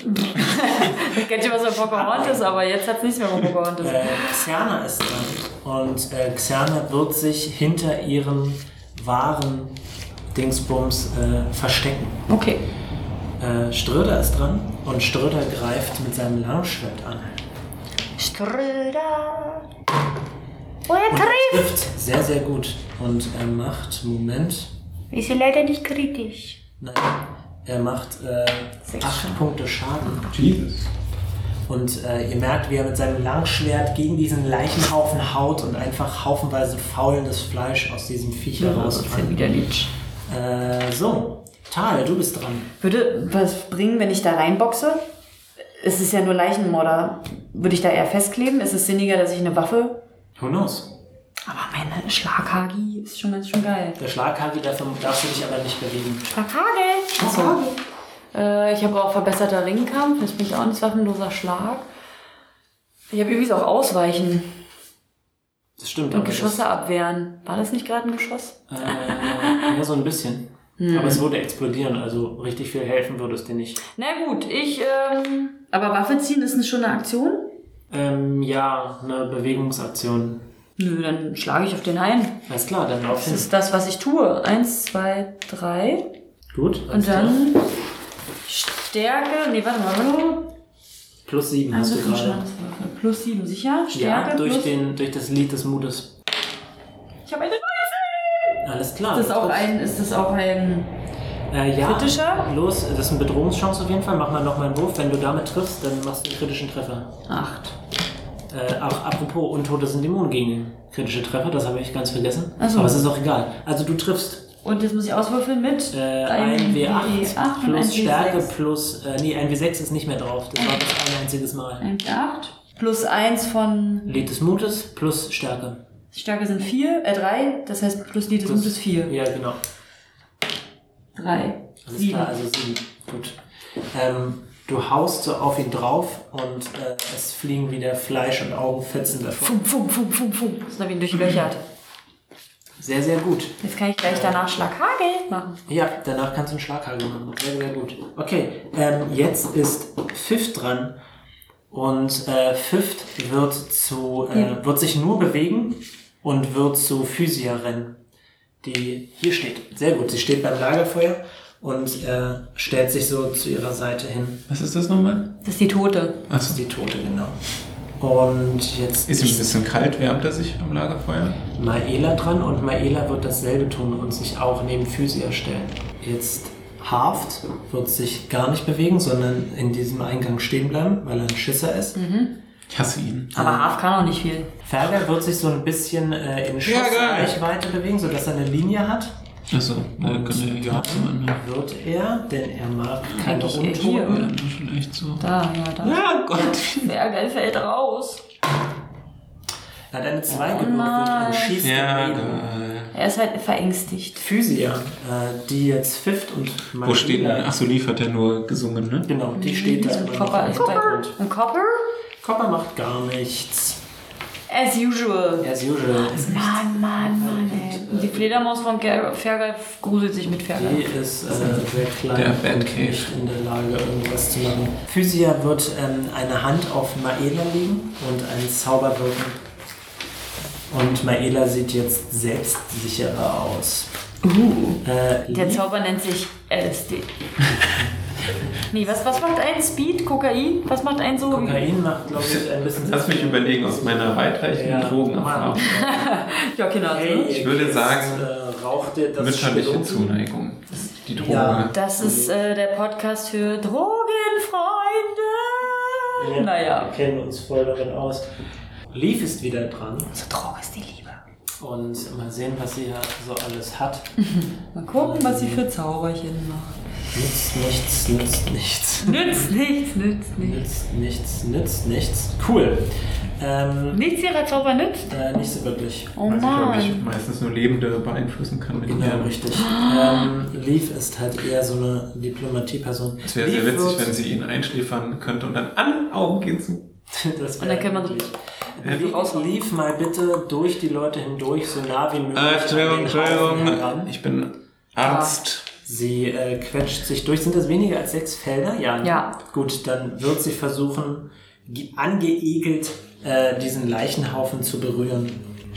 Ich kenne schon was von Pocahontas, aber jetzt hat es nichts mehr von Pocahontas. Äh, Xerna ist dran und äh, Xerna wird sich hinter ihren wahren Dingsbums äh, verstecken. Okay. Äh, Ströder ist dran und Ströder greift mit seinem Langschwert an. Ströder. Oh, er Und trifft. trifft sehr, sehr gut. Und er macht, Moment, Ist ja leider nicht kritisch. nein, er macht äh, acht Punkte Schaden. Jesus. Und äh, ihr merkt, wie er mit seinem Langschwert gegen diesen Leichenhaufen haut und einfach haufenweise faulendes Fleisch aus diesem Viech Das ist ja herausfällt. wieder Litsch. Äh, so, Tal, du bist dran. Würde was bringen, wenn ich da reinboxe? Es ist ja nur Leichenmorder. Würde ich da eher festkleben? Ist es sinniger, dass ich eine Waffe... Who knows? Aber meine Schlaghagi ist schon ganz schön geil. Der Schlaghagel, dafür darfst du dich aber nicht bewegen. Schlaghagel! Schlaghagel. Äh, ich habe auch verbesserter Ringkampf. Das bin ich auch nicht waffenloser Schlag. Ich habe übrigens auch Ausweichen Das stimmt. und aber Geschosse abwehren. War das nicht gerade ein Geschoss? Das, äh, ja, so ein bisschen. Hm. Aber es würde explodieren, also richtig viel helfen würde es dir nicht. Na gut, ich... Ähm, aber Waffe ziehen ist schon eine Aktion? Ähm, ja, eine Bewegungsaktion. Nö, dann schlage ich auf den ein. Alles klar, dann lauf Das hin. ist das, was ich tue. Eins, zwei, drei. Gut. alles Und klar. dann Stärke. Nee, warte mal. warte mal. Plus sieben hast du Angriff und gerade. Schadenswürfel. Plus sieben, sicher? Stärke Ja, durch, plus... den, durch das Lied des Mutes. Ich habe eine neunzehn! Alles klar. Ist das auch trifft. ein... Ist das auch ein... Äh, ja. kritischer? Los, das ist eine Bedrohungschance auf jeden Fall. Mach mal nochmal einen Wurf. Wenn du damit triffst, dann machst du einen kritischen Treffer. Acht. Äh, auch apropos, Untote sind Dämonen gegen kritische Treffer. Das habe ich ganz vergessen. Ach so. Aber es ist auch egal. Also du triffst Und jetzt muss ich auswürfeln mit... äh, ein ein W acht W acht und plus ein W Stärke sechs. plus... Äh, nee, ein W sechs ist nicht mehr drauf. Das war das ein einziges Mal. Ein W acht. Plus eins von... Lied des Mutes plus Stärke. Stärke sind vier, äh drei. Das heißt, plus Lied des Plus- Mutes vier. Ja, genau. Drei. Alles Sieben. klar, also sieben. Gut. Ähm, du haust so auf ihn drauf und äh, es fliegen wieder Fleisch und Augenfetzen davon. Fum, fum, fum, fum, fum. Das habe ich ihn durchlöchert. Sehr, sehr gut. Jetzt kann ich gleich danach Schlaghagel machen. Ja, danach kannst du einen Schlaghagel machen. Sehr, sehr gut. Okay, ähm, jetzt ist Fifth dran. Und äh, Fifth wird, zu, äh, wird sich nur bewegen und wird zu Physia rennen, die hier steht. Sehr gut, sie steht beim Lagerfeuer und äh, stellt sich so zu ihrer Seite hin. Was ist das nochmal? Das ist die Tote. Das ist die Tote, genau. Und jetzt Ist ihm ein bisschen kalt, wärmt er sich am Lagerfeuer? Maela dran und Maela wird dasselbe tun und sich auch neben Physia stellen. Jetzt Haft wird sich gar nicht bewegen, sondern in diesem Eingang stehen bleiben, weil er ein Schisser ist. Ich hasse ihn. Aber Haf kann auch nicht viel. Ferger wird sich so ein bisschen äh, in Schussreichweite bewegen, sodass er eine Linie hat. Achso, da kann er ja abzumachen. Wird er, denn er mag keine Eigentlich eher Untoten. hier. Ja, das ist schon echt so. Da, ja, da. Ja, Gott. Fergal fällt raus. Er hat eine zwei Oh gewürfelt nein. und schießt Ja, daneben. geil. Er ist halt verängstigt. Physia, äh, die jetzt Fifth und Maela... Wo steht denn? Achso, Lief hat er nur gesungen, ne? Genau, die steht da immer noch Copper im ist bei... Hintergrund. Und Copper? Copper macht gar nichts. As usual. As usual. Mann, Mann, Mann, ey. Und die Fledermaus von Ger- Fergal gruselt sich mit Fergal. Die ist äh, sehr klein Der und Batcave. nicht in der Lage, irgendwas zu machen. Physia wird ähm, eine Hand auf Maela legen und einen Zauber wirken. Und Maela sieht jetzt selbstsicherer aus. Uh. Äh, Der Lief- Zauber nennt sich L S D. Nee, was, was macht ein Speed? Kokain? Was macht ein so? Kokain macht, glaube ich, ein bisschen... Lass mich überlegen aus meiner weitreichenden Ja. Drogenerfahrung. Ja, genau. Hey, Ich würde jetzt, sagen, äh, raucht ihr das Mütterliche Stillen? Zuneigung. Das ist die Droge. Ja. Das ist äh, der Podcast für Drogenfreunde. Ja, Naja. Wir kennen uns voll darin aus. Leaf ist wieder dran. So Droge ist die Liebe. Und mal sehen, was sie so alles hat. Mal gucken, was sie für Zauberchen macht. Nützt nichts, nützt nichts. Nützt nichts, nützt nichts. Nützt nichts, nützt nichts. Cool. Ähm, Nichts ihrer Zauber nützt? äh, nicht so wirklich. Oh Was ich, glaube ich, Mann. meistens nur Lebende beeinflussen kann. Mit Genau, ihren- richtig. Ähm, Leaf ist halt eher so eine Diplomatie-Person. Es wäre sehr Leaf witzig, wird- wenn sie ihn einschläfern könnte und dann an Augen gehen zu. Das Und dann kann man so- Leaf, Leaf mal bitte durch die Leute hindurch, so nah wie möglich. Äh, an Entschuldigung, den Haufen Entschuldigung. heran. Ich bin Arzt. Sie äh, quetscht sich durch. Sind das weniger als sechs Felder? Ja. ne? Ja. Gut, dann wird sie versuchen, ge- angeekelt äh, diesen Leichenhaufen zu berühren.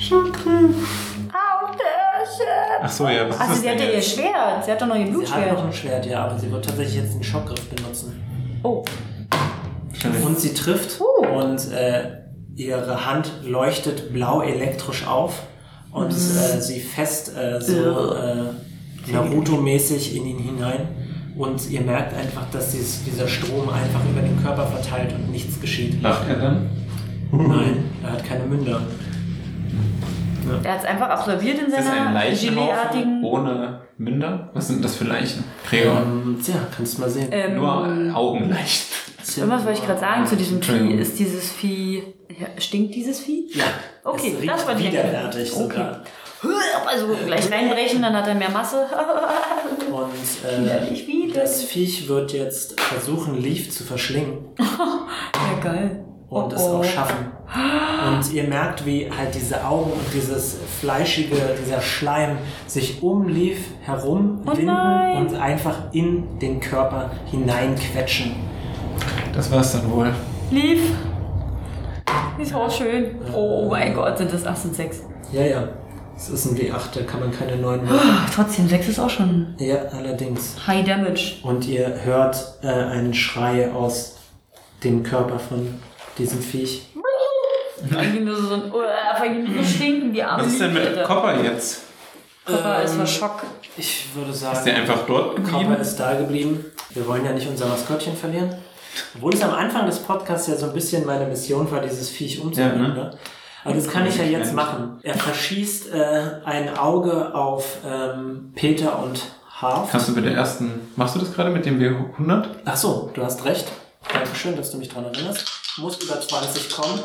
Au, der Chef. Ach so, ja. Was ist Also das sie hat denn ja ihr jetzt? Schwert. Sie hat doch noch ihr Sie hat noch Blutschwert. ein Schwert, ja, aber sie wird tatsächlich jetzt den Schockgriff benutzen. Oh. Wahrscheinlich. Und sie trifft Uh. und äh, ihre Hand leuchtet blau elektrisch auf und äh, sie fest äh, so äh, Naruto-mäßig in ihn hinein. Und ihr merkt einfach, dass dies, dieser Strom einfach über den Körper verteilt und nichts geschieht. Lacht er dann? Nein, er hat keine Münder. Er hat es einfach absolviert in Ist das ein seiner Leichenhaufen Gelee-artigen... ohne Münder? Was sind das für Leichen? Träger. Ähm, tja, kannst du mal sehen. Ähm, Nur Augenleichen. Tja, Irgendwas wollte ich gerade sagen zu diesem Vieh. Entschuldigung. Ist dieses Vieh... Ja, stinkt dieses Vieh? Ja, Okay, es riecht das wollte ich widerwärtig erkennen. sogar. Also gleich reinbrechen, dann hat er mehr Masse. Und äh, Widerlich, widerlich. das Viech wird jetzt versuchen, Leaf zu verschlingen. Ja, geil. Und Oh, es oh. auch schaffen. Und ihr merkt, wie halt diese Augen und dieses fleischige, dieser Schleim sich um Leaf herum Oh winden nein. und einfach in den Körper hineinquetschen. Das war's dann wohl. Lief. Ist auch schön. Oh mein Gott, sind das acht und sechs. Ja, ja. Es ist ein W acht, da kann man keine neuen würfeln. Ach, trotzdem, sechs ist auch schon Ja, allerdings. High Damage. Und ihr hört äh, einen Schrei aus dem Körper von diesem Viech. Eigentlich nur so ein, oh, eigentlich nur so stinken, die arme Was ist denn mit Lieferte. Copper jetzt? Copper ist Ähm, war Schock. Ich würde sagen, Ist der einfach dort Copper geblieben? ist da geblieben. Wir wollen ja nicht unser Maskottchen verlieren. Obwohl es am Anfang des Podcasts ja so ein bisschen meine Mission war, dieses Viech umzubringen. Ja, ne? ne? Aber das kann ich ja jetzt machen. Er verschießt äh, ein Auge auf ähm, Peter und Harf. Kannst du mit der ersten... Machst du das gerade mit dem W hundert? Ach so, du hast recht. Dankeschön, dass du mich daran erinnerst. Muss über zwanzig kommen.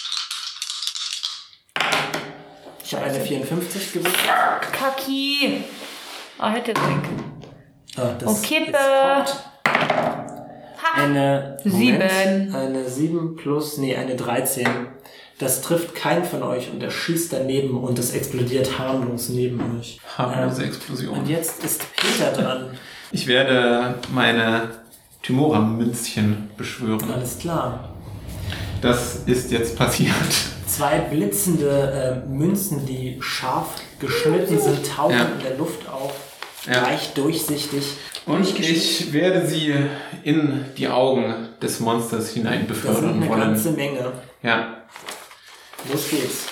Ich habe eine vierundfünfzig gewürfelt. Kaki. Ah, hätte es weg. Ah, das Oh, Kippe. ist hot. Ha. Eine Sieben. Moment, eine sieben plus, nee, eine dreizehn. Das trifft keinen von euch und er schießt daneben und es explodiert harmlos neben euch. Harmlose Ähm, Explosion. Und jetzt ist Peter dran. Ich werde meine Tymora-Münzchen beschwören. Alles klar. Das ist jetzt passiert. Zwei blitzende äh, Münzen, die scharf geschnitten sind, tauchen Ja. in der Luft auf. Ja. Leicht durchsichtig. Und ich werde sie in die Augen des Monsters Das sind hinein befördern eine wollen. ganze Menge. Ja. Los geht's.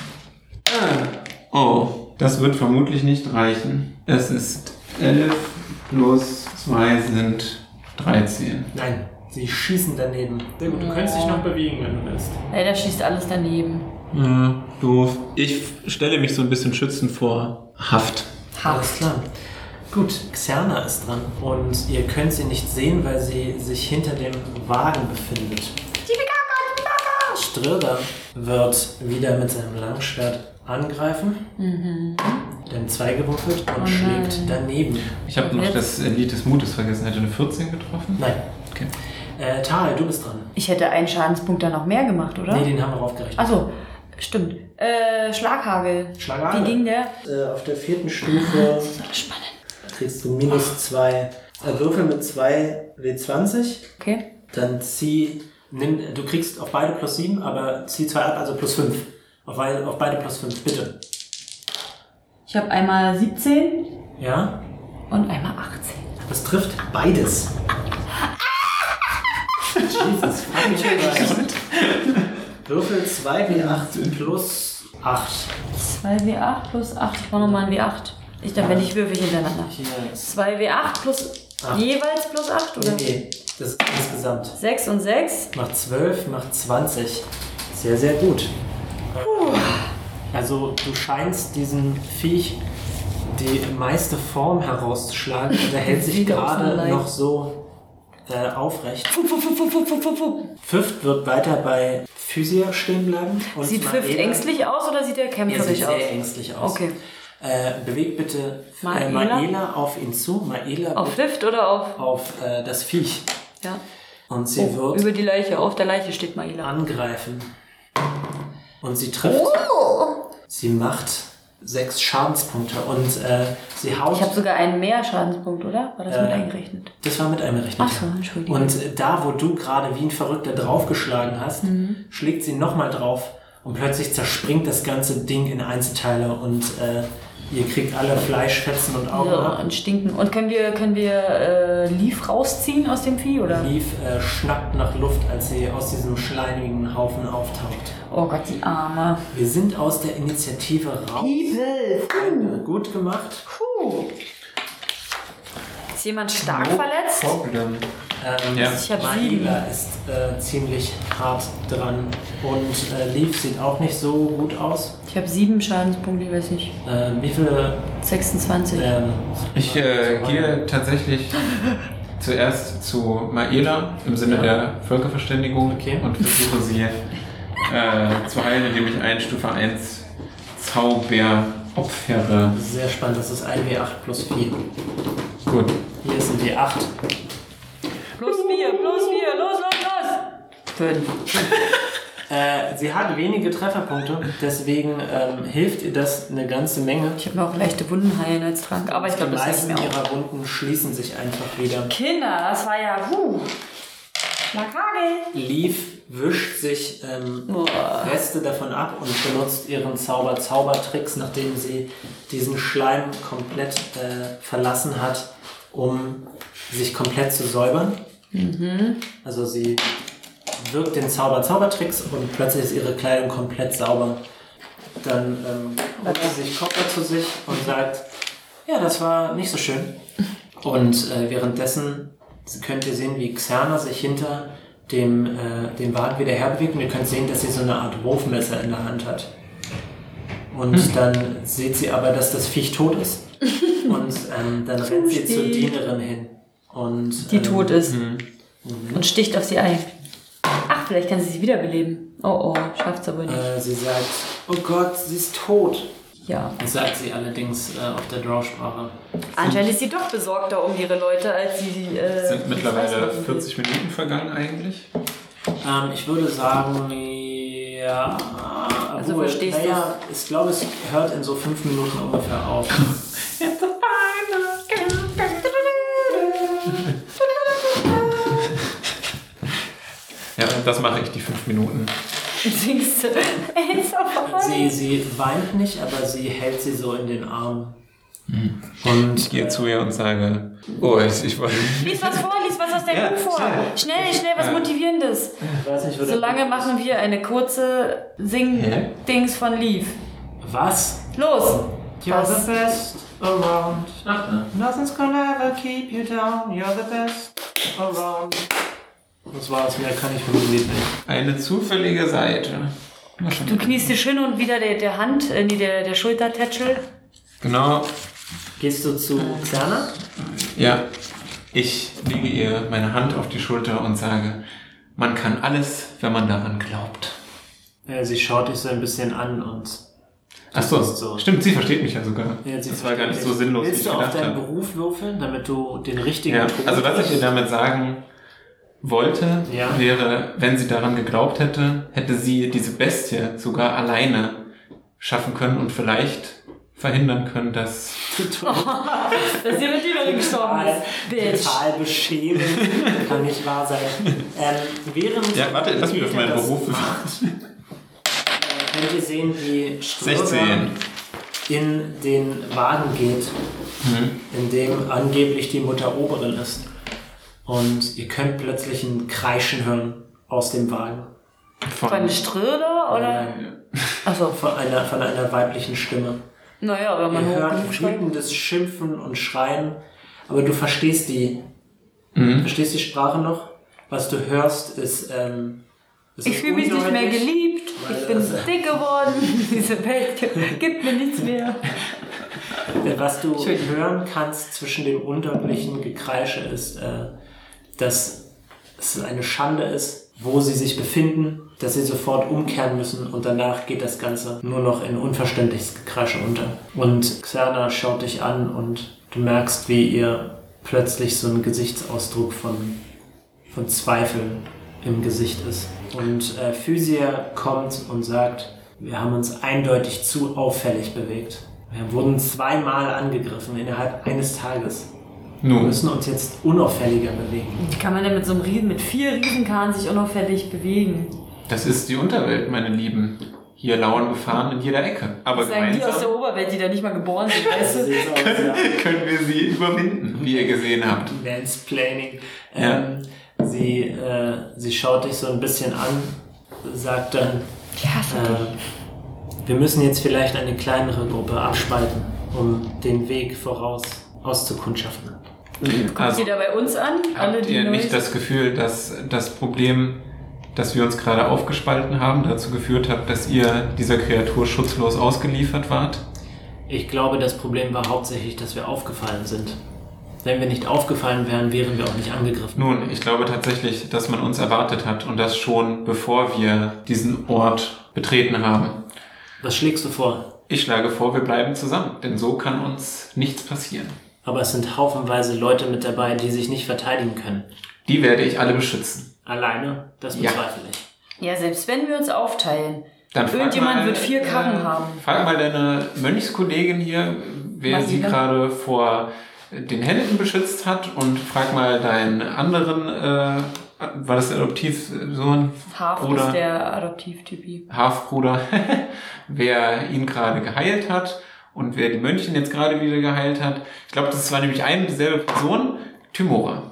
Oh, das wird vermutlich nicht reichen. Es ist elf plus zwei sind dreizehn. Nein, sie schießen daneben. Sehr gut, du könntest dich noch bewegen, wenn du willst. Leider schießt alles daneben. Ja, doof. Ich stelle mich so ein bisschen schützend vor Haft. Alles klar. Gut, Xerna ist dran und ihr könnt sie nicht sehen, weil sie sich hinter dem Wagen befindet. Strirder wird wieder mit seinem Langschwert angreifen. Mhm. Dann zwei gewürfelt und Oh schlägt daneben. Ich habe noch das Lied des Mutes vergessen. Hätte eine vierzehn getroffen? Nein. Okay. Äh, Tal, du bist dran. Ich hätte einen Schadenspunkt dann noch mehr gemacht, oder? Nee, den haben wir aufgerechnet. Achso, stimmt. Äh, Schlaghagel. Schlaghagel. Wie ging der? Äh, auf der vierten Stufe Spannend. kriegst du minus zwei. Äh, Würfel mit zwei W zwanzig. Okay. Dann zieh, nimm, du kriegst auf beide plus sieben, aber zieh zwei ab, also plus fünf. Auf, beide- auf beide plus fünf, bitte. Ich habe einmal siebzehn Ja? und einmal achtzehn. Das trifft beides. Jesus, fucking Christ. Würfel zwei W acht plus acht. zwei W acht plus acht. Ich brauche nochmal ein W acht. Ich dachte, wenn ich würfel ich hintereinander. zwei W acht plus acht. Jeweils plus acht, oder? Nee, das ist insgesamt. sechs und sechs. Macht zwölf, macht zwanzig. Sehr, sehr gut. Puh. Also du scheinst diesem Viech die meiste Form herauszuschlagen und er hält sich gerade noch so äh, aufrecht. Pfiff wird weiter bei Physia stehen bleiben. Und sieht Pfiff ängstlich aus oder sieht er kämpferisch aus? Er sieht sehr ängstlich aus. Okay. Äh, bewegt bitte Maela? Äh, Maela auf ihn zu. Maela auf Pfiff oder auf? Auf äh, das Viech. Ja. Und sie oh, wird über die Leiche, auf der Leiche steht Maela. Angreifen. Und sie trifft. Oh. Sie macht sechs Schadenspunkte und äh, sie haut... Ich habe sogar einen mehr Schadenspunkt, oder? War das äh, mit eingerechnet? Das war mit eingerechnet. Ach so, Entschuldigung. Und äh, da, wo du gerade wie ein Verrückter draufgeschlagen hast, mhm. schlägt sie nochmal drauf und plötzlich zerspringt das ganze Ding in Einzelteile und äh, ihr kriegt alle Fleischfetzen und Augen ja, ab. Und stinken. Und können wir, können wir äh, Leaf rausziehen aus dem Vieh, oder? Leaf äh, schnappt nach Luft, als sie aus diesem schleimigen Haufen auftaucht. Oh Gott, die Arme. Wir sind aus der Initiative raus. People. Gut gemacht. Puh. Ist jemand stark no verletzt? Problem. Ähm, ja. Ich habe sieben. Maela ist äh, ziemlich hart dran und äh, Leaf sieht auch nicht so gut aus. Ich habe sieben Schadenspunkte, ich weiß nicht. Äh, wie viele? sechsundzwanzig. Ähm, ich äh, gehe tatsächlich zuerst zu Maela im Sinne ja. der Völkerverständigung okay. und versuche sie äh, zu heilen, indem ich einen Stufe eins Zauber opfere. Sehr spannend, das ist ein W acht plus vier. Gut. Hier ist ein W acht. Plus vier, plus vier, los, los, los! Fünf. äh, sie hat wenige Trefferpunkte, deswegen ähm, hilft ihr das eine ganze Menge. Ich habe mir auch leichte Wunden heilen als Trank, aber ich glaube, das meisten hilft mir ihrer auch. Wunden schließen sich einfach wieder. Kinder, das war ja huh. Makage. Leaf wischt sich ähm, Reste davon ab und benutzt ihren Zauber-Zaubertricks, nachdem sie diesen Schleim komplett äh, verlassen hat, um sich komplett zu säubern. Mhm. Also sie wirkt den Zauber-Zaubertricks und plötzlich ist ihre Kleidung komplett sauber. Dann ähm, holt sie sich Koffer zu sich und sagt, ja, das war nicht so schön. Und äh, währenddessen könnt ihr sehen, wie Xerna sich hinter dem, äh, dem Wagen wieder herbewegt und ihr könnt sehen, dass sie so eine Art Wurfmesser in der Hand hat. Und hm. dann seht sie aber, dass das Viech tot ist. Und ähm, dann rennt sie zur Dienerin hin. Und, die ähm, tot ist. Mhm. Und sticht auf sie ein. Ach, vielleicht kann sie sich wiederbeleben. Oh oh, schafft's aber nicht. Äh, sie sagt, oh Gott, sie ist tot. Ja. Das sagt sie allerdings äh, auf der Drow-Sprache. Anscheinend ist sie doch besorgter um ihre Leute, als sie... Äh, sind mittlerweile vierzig Minuten vergangen eigentlich? Ähm, ich würde sagen, ja... Also obwohl, verstehst du naja, ich glaube, es hört in so fünf Minuten ungefähr auf. Ja, das mache ich, die fünf Minuten. Singst du? sie, sie weint nicht, aber sie hält sie so in den Armen. Mhm. Und ich gehe äh, zu ihr und sage, oh, ich, ich wollte... Lies was vor, lies was aus der ja, Buch vor. Schnell, schnell, was ja. Motivierendes. Ich weiß nicht, wo Solange machen wir eine kurze Sing-Dings von Leaf. Was? Los! You're was? The best around. Ach, ne? Nothing's gonna ever keep you down. You're the best around. Das war's, mehr kann ich von dem Lied nicht. Eine zufällige Seite. Du kniest dich schön und wieder der, der Hand, äh, der, der Schultertätschel. Genau. Gehst du zu Xerna? Ja. Ich lege ihr meine Hand auf die Schulter und sage, man kann alles, wenn man daran glaubt. Ja, sie schaut dich so ein bisschen an und... Ach so, so, stimmt, sie versteht mich ja sogar. Ja, sie das war gar nicht so sinnlos, willst wie ich du gedacht auf deinen habe. Beruf würfeln, damit du den richtigen... Ja, Beruf also was ich ihr damit sagen wollte, ja. wäre, wenn sie daran geglaubt hätte, hätte sie diese Bestie sogar alleine schaffen können und vielleicht verhindern können, dass... Oh, dass sie mit Dienerin gestorben ist. Total beschämend. Kann nicht wahr sein. Ähm, während ja, warte, lass mich auf meinen Beruf macht, äh, könnt ihr sehen, wie sechzehn in den Wagen geht, mhm. in dem angeblich die Mutter Oberin ist. und ihr könnt plötzlich ein Kreischen hören aus dem Wagen. Von einer Ströder oder? Achso. Von einer, von einer weiblichen Stimme. Naja, wenn man ihr hoch hört wütendes Schimpfen und Schreien, aber du verstehst die, mhm. verstehst die Sprache noch? Was du hörst ist, ähm, ist ich fühle mich nicht mehr geliebt, ich bin dick geworden, diese Welt gibt mir nichts mehr. Was du hören kannst zwischen dem undeutlichen Gekreische ist, äh, dass es eine Schande ist, wo sie sich befinden, dass sie sofort umkehren müssen und danach geht das Ganze nur noch in unverständliches Gekreische unter. Und Xerna schaut dich an und du merkst, wie ihr plötzlich so ein Gesichtsausdruck von, von Zweifel im Gesicht ist. Und äh, Physia kommt und sagt, wir haben uns eindeutig zu auffällig bewegt. Wir wurden zweimal angegriffen innerhalb eines Tages. Nun. Wir müssen uns jetzt unauffälliger bewegen. Wie kann man denn mit so einem Riesen, mit vier Riesenkahn sich unauffällig bewegen? Das ist die Unterwelt, meine Lieben. Hier lauern Gefahren in jeder Ecke. Aber das sagen die aus der Oberwelt, die da nicht mal geboren sind, weißt du? können, können wir sie überwinden, wie ihr gesehen habt. Mansplaining. Ja. Ähm, sie, äh, sie schaut dich so ein bisschen an, sagt dann, ja, äh, wir müssen jetzt vielleicht eine kleinere Gruppe abspalten, um den Weg voraus auszukundschaften. Kommt also, ihr da bei uns an? Alle, habt ihr nicht das Gefühl, dass das Problem, das wir uns gerade aufgespalten haben, dazu geführt hat, dass ihr dieser Kreatur schutzlos ausgeliefert wart? Ich glaube, das Problem war hauptsächlich, dass wir aufgefallen sind. Wenn wir nicht aufgefallen wären, wären wir auch nicht angegriffen. Nun, ich glaube tatsächlich, dass man uns erwartet hat und das schon bevor wir diesen Ort betreten haben. Was schlägst du vor? Ich schlage vor, wir bleiben zusammen, denn so kann uns nichts passieren. Aber es sind haufenweise Leute mit dabei, die sich nicht verteidigen können. Die werde ich alle beschützen. Alleine? Das bezweifle ich. Ja, selbst wenn wir uns aufteilen. Dann irgendjemand mal, wird vier Karren äh, haben. Frag mal deine Mönchskollegin hier, wer Martina. sie gerade vor den Händen beschützt hat, und frag mal deinen anderen, äh, war das der Adoptivsohn? Half Bruder, ist der Adoptivtypi. Halfbruder, wer ihn gerade geheilt hat und wer die Mönchen jetzt gerade wieder geheilt hat. Ich glaube, das war nämlich eine dieselbe Person, Tymora.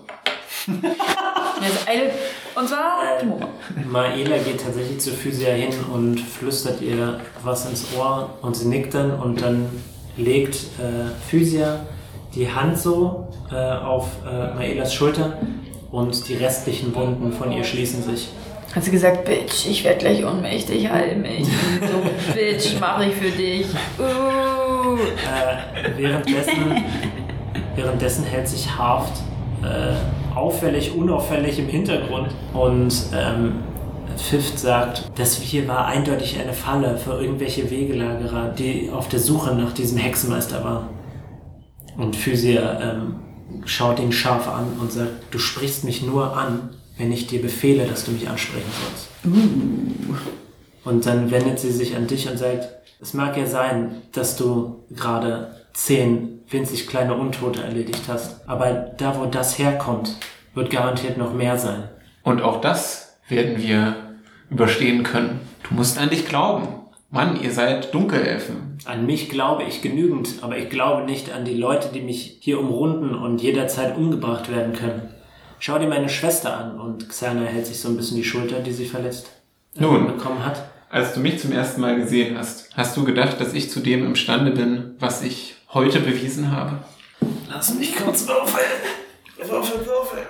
Also eine, und zwar Tymora. Maela geht tatsächlich zu Physia hin und flüstert ihr was ins Ohr und sie nickt dann und dann legt äh, Physia die Hand so äh, auf äh, Maelas Schulter und die restlichen Wunden von ihr schließen sich. Hat sie gesagt, Bitch, ich werde gleich ohnmächtig, heil mich. Und so, Bitch, mache ich für dich. Uh. Äh, währenddessen, währenddessen hält sich Haft äh, auffällig, unauffällig im Hintergrund und ähm, Pfiff sagt, das hier war eindeutig eine Falle für irgendwelche Wegelagerer, die auf der Suche nach diesem Hexenmeister waren. Und Physia ähm, schaut ihn scharf an und sagt, du sprichst mich nur an, wenn ich dir befehle, dass du mich ansprechen sollst. Uh. Und dann wendet sie sich an dich und sagt, es mag ja sein, dass du gerade zehn winzig kleine Untote erledigt hast, aber da, wo das herkommt, wird garantiert noch mehr sein. Und auch das werden wir überstehen können. Du musst an dich glauben. Mann, ihr seid Dunkelelfen. An mich glaube ich genügend, aber ich glaube nicht an die Leute, die mich hier umrunden und jederzeit umgebracht werden können. Schau dir meine Schwester an, und Xerna hält sich so ein bisschen die Schulter, die sie verletzt äh, Nun, bekommen hat. Als du mich zum ersten Mal gesehen hast, hast du gedacht, dass ich zu dem imstande bin, was ich heute bewiesen habe? Lass mich kurz würfeln. Würfel, würfel.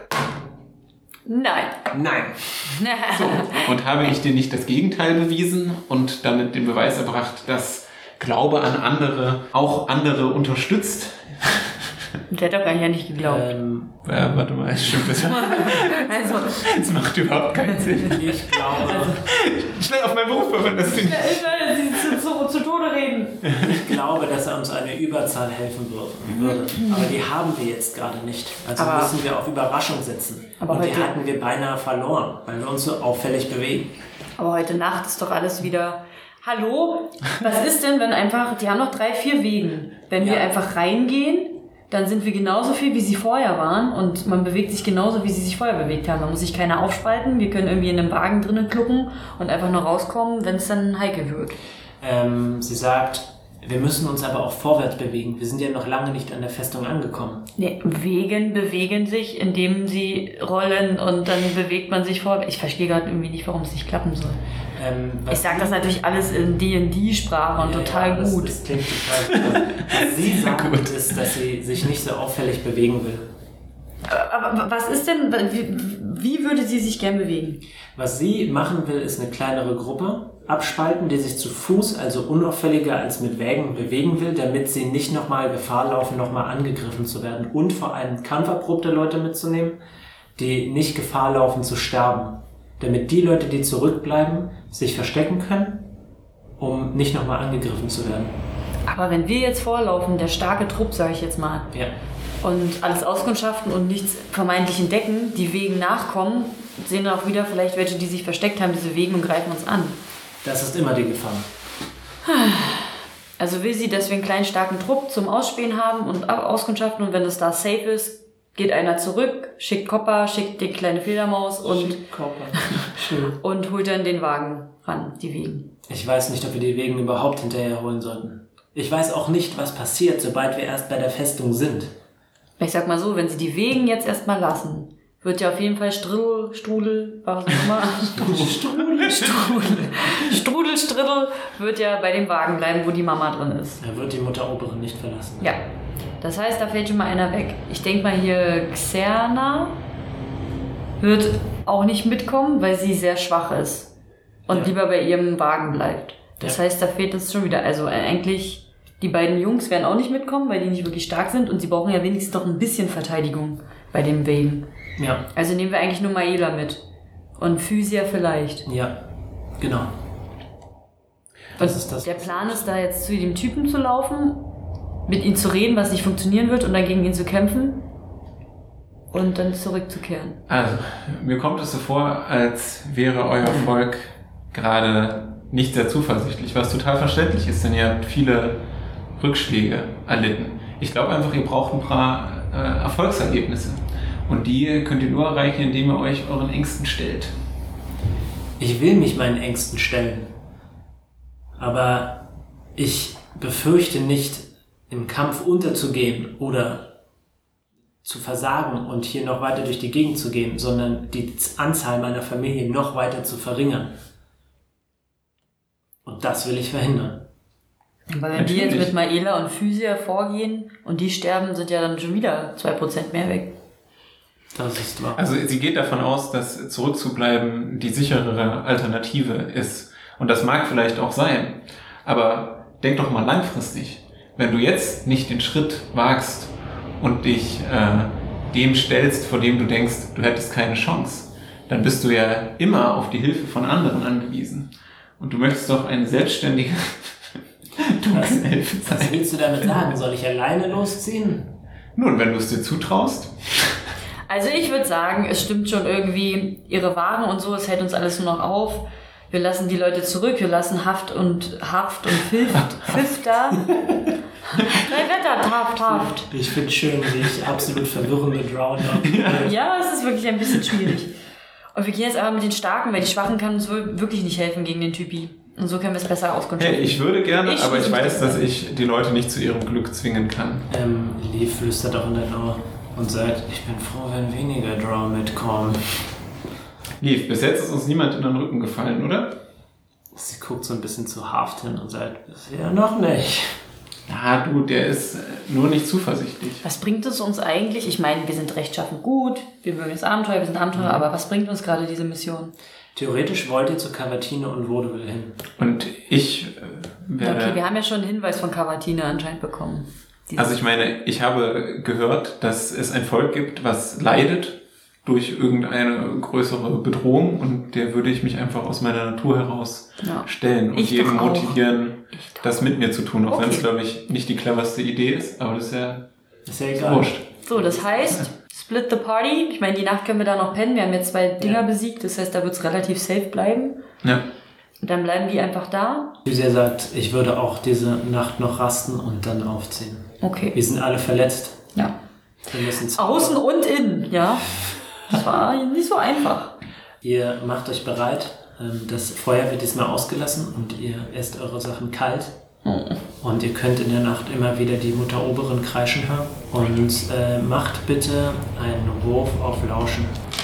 Nein. Nein. So, und habe ich dir nicht das Gegenteil bewiesen und damit den Beweis erbracht, dass Glaube an andere auch andere unterstützt? Der hat doch gar nicht geglaubt. Ähm, ja, warte mal, es stimmt das. Also, das macht überhaupt keinen Sinn. Ich glaube... Also, schnell auf meinen Beruf würfeln, das Ding. Ich will sie zu, zu, zu Tode reden. Ich glaube, dass er uns eine Überzahl helfen würde. Aber die haben wir jetzt gerade nicht. Also aber müssen wir auf Überraschung setzen. Aber und die hatten wir beinahe verloren, weil wir uns so auffällig bewegen. Aber heute Nacht ist doch alles wieder... Hallo? Was ist denn, wenn einfach... Die haben noch drei, vier Wegen. Wenn ja. wir einfach reingehen... Dann sind wir genauso viel, wie sie vorher waren, und man bewegt sich genauso, wie sie sich vorher bewegt haben. Da muss sich keiner aufspalten, wir können irgendwie in einem Wagen drinnen klucken und einfach nur rauskommen, wenn es dann heikel wird. Ähm, sie sagt, Wir müssen uns aber auch vorwärts bewegen. Wir sind ja noch lange nicht an der Festung angekommen. Nee, Wegen bewegen sich, indem sie rollen und dann bewegt man sich vorwärts. Ich verstehe gerade irgendwie nicht, warum es nicht klappen soll. Ähm, ich sage das natürlich alles in D und D-Sprache und ja, total ja, gut. Das, das klingt total gut. Was sie sagt, ist, dass sie sich nicht so auffällig bewegen will. Aber was ist denn, wie, wie würde sie sich gern bewegen? Was sie machen will, ist eine kleinere Gruppe abspalten, die sich zu Fuß, also unauffälliger als mit Wägen, bewegen will, damit sie nicht nochmal Gefahr laufen, nochmal angegriffen zu werden. Und vor allem kampferprobte Leute mitzunehmen, die nicht Gefahr laufen zu sterben. Damit die Leute, die zurückbleiben, sich verstecken können, um nicht nochmal angegriffen zu werden. Aber wenn wir jetzt vorlaufen, der starke Trupp, sage ich jetzt mal, ja. und alles auskundschaften und nichts vermeintlich entdecken, die Wegen nachkommen, sehen dann auch wieder vielleicht welche, die sich versteckt haben, diese Wegen und greifen uns an. Das ist immer die Gefahr. Also will sie, dass wir einen kleinen, starken Trupp zum Ausspähen haben und auskundschaften und wenn es da safe ist, geht einer zurück, schickt Copper, schickt die kleine Fledermaus und, und holt dann den Wagen ran, die Wegen. Ich weiß nicht, ob wir die Wegen überhaupt hinterher holen sollten. Ich weiß auch nicht, was passiert, sobald wir erst bei der Festung sind. Ich sag mal so, wenn sie die Wegen jetzt erstmal lassen, wird ja auf jeden Fall Strudel, Strudel, was auch immer. Strudel, Strudel. Strudel, Strudel wird ja bei dem Wagen bleiben, wo die Mama drin ist. Er wird die Mutter Oberin nicht verlassen. Ja. Das heißt, da fällt schon mal einer weg. Ich denke mal hier, Xerna wird auch nicht mitkommen, weil sie sehr schwach ist. Und ja. lieber bei ihrem Wagen bleibt. Das ja. heißt, da fehlt uns schon wieder. Also eigentlich, die beiden Jungs werden auch nicht mitkommen, weil die nicht wirklich stark sind. Und sie brauchen ja wenigstens doch ein bisschen Verteidigung bei dem Wegen. Ja. Also nehmen wir eigentlich nur Maela mit. Und Physia vielleicht. Ja, genau. Das ist das. Der Plan ist da jetzt zu dem Typen zu laufen, mit ihm zu reden, was nicht funktionieren wird und dann gegen ihn zu kämpfen und dann zurückzukehren. Also, mir kommt es so vor, als wäre euer Volk gerade nicht sehr zuversichtlich, was total verständlich ist, denn ihr habt viele Rückschläge erlitten. Ich glaube einfach, ihr braucht ein paar äh, Erfolgserlebnisse. Und die könnt ihr nur erreichen, indem ihr euch euren Ängsten stellt. Ich will mich meinen Ängsten stellen. Aber ich befürchte nicht, im Kampf unterzugehen oder zu versagen und hier noch weiter durch die Gegend zu gehen, sondern die Anzahl meiner Familie noch weiter zu verringern. Und das will ich verhindern. Aber wenn die jetzt mit Maela und Physia vorgehen und die sterben, sind ja dann schon wieder zwei Prozent mehr weg. Das ist wahr. Also sie geht davon aus, dass zurückzubleiben die sicherere Alternative ist. Und das mag vielleicht auch sein. Aber denk doch mal langfristig. Wenn du jetzt nicht den Schritt wagst und dich äh, dem stellst, vor dem du denkst, du hättest keine Chance, dann bist du ja immer auf die Hilfe von anderen angewiesen. Und du möchtest doch eine selbstständige Dunkelelfe sein. Was willst du damit sagen? Soll ich alleine losziehen? Nun, wenn du es dir zutraust. Also ich würde sagen, es stimmt schon irgendwie, ihre Waren und so, es hält uns alles nur noch auf. Wir lassen die Leute zurück, wir lassen Haft und Haft und Fift, Fift da. Drei Wetter, Haft, Haft. Ich finde schön, wie ich absolut verwirrende Drown habe. Ja, es ist wirklich ein bisschen schwierig. Und wir gehen jetzt aber mit den Starken, weil die Schwachen kann uns wirklich nicht helfen gegen den Typi. Und so können wir es besser auskontrollieren. Hey, ich würde gerne, ich aber ich weiß, dass ich die Leute nicht zu ihrem Glück zwingen kann. Ähm, Leaf flüstert auch in dein Ohr und sagt, ich bin froh, wenn weniger Drow mitkommen. Leaf, bis jetzt ist uns niemand in den Rücken gefallen, oder? Sie guckt so ein bisschen zu Haft hin und sagt, bisher noch nicht. Ja, du, der ist nur nicht zuversichtlich. Was bringt es uns eigentlich? Ich meine, wir sind rechtschaffen gut, wir mögen das Abenteuer, wir sind Abenteurer, mhm. aber was bringt uns gerade diese Mission? Theoretisch wollt ihr zu Cavatine und Vaudeville hin. Und ich äh, werde... Okay, wir haben ja schon einen Hinweis von Cavatine anscheinend bekommen. Also ich meine, ich habe gehört, dass es ein Volk gibt, was leidet durch irgendeine größere Bedrohung und der würde ich mich einfach aus meiner Natur heraus ja. stellen und ich jeden motivieren, das mit mir zu tun, auch okay. wenn es, glaube ich, nicht die cleverste Idee ist, aber das ist ja, ist ja egal. Wurscht. So, das heißt, split the party. Ich meine, die Nacht können wir da noch pennen. Wir haben jetzt zwei Dinger ja. besiegt, das heißt, da wird es relativ safe bleiben. Ja. Und dann bleiben die einfach da. Lysia sagt, ich würde auch diese Nacht noch rasten und dann aufziehen. Okay. Wir sind alle verletzt. Ja. Wir müssen außen und innen, ja. Das war nicht so einfach. Ihr macht euch bereit. Das Feuer wird diesmal ausgelassen und ihr esst eure Sachen kalt. Oh. Und ihr könnt in der Nacht immer wieder die Mutteroberen kreischen hören. Und äh, macht bitte einen Wurf auf Lauschen.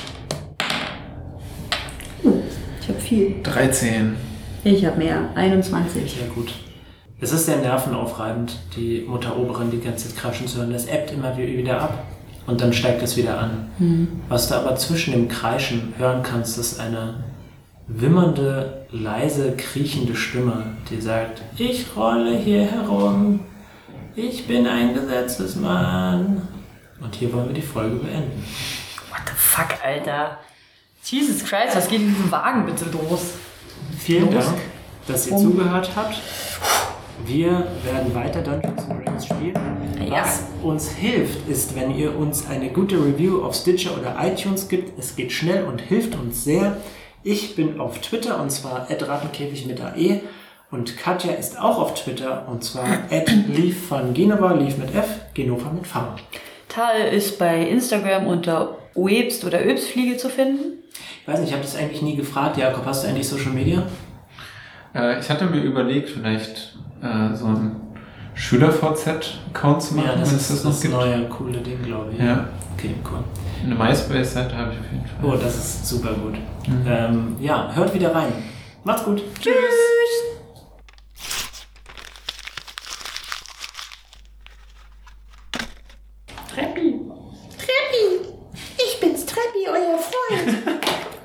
Ich habe viel. dreizehn. Ich habe mehr. einundzwanzig. Sehr gut. Es ist sehr nervenaufreibend, die Mutteroberen die ganze Zeit kreischen zu hören. Das ebbt immer wieder ab und dann steigt es wieder an. Mhm. Was du aber zwischen dem Kreischen hören kannst, ist eine wimmernde, leise, kriechende Stimme, die sagt, ich rolle hier herum, ich bin ein Gesetzesmann. Und hier wollen wir die Folge beenden. What the fuck, Alter? Jesus Christ, was geht in diesem Wagen bitte los? Vielen Los. Dank, dass ihr Um. zugehört habt. Wir werden weiter Dungeons and Dragons spielen. Ja. Was uns hilft, ist, wenn ihr uns eine gute Review auf Stitcher oder iTunes gibt. Es geht schnell und hilft uns sehr. Ich bin auf Twitter und zwar at rattenkäfig mit A E und Katja ist auch auf Twitter und zwar at leaf von Genova, leaf mit F, Genova mit V. Tal ist bei Instagram unter Oebst oder Öbstfliege zu finden. Ich weiß nicht, ich habe das eigentlich nie gefragt. Jakob, hast du eigentlich Social Media? Äh, ich hatte mir überlegt, vielleicht äh, so einen Schüler-V Z-Account zu machen, Ja, das wenn ist es das noch das gibt. neue coole Ding, glaube ich. Ja. Okay, cool. Eine MySpace-Seite habe ich auf jeden Fall. Oh, das ist super gut. Mhm. Ähm, ja, hört wieder rein. Macht's gut. Tschüss!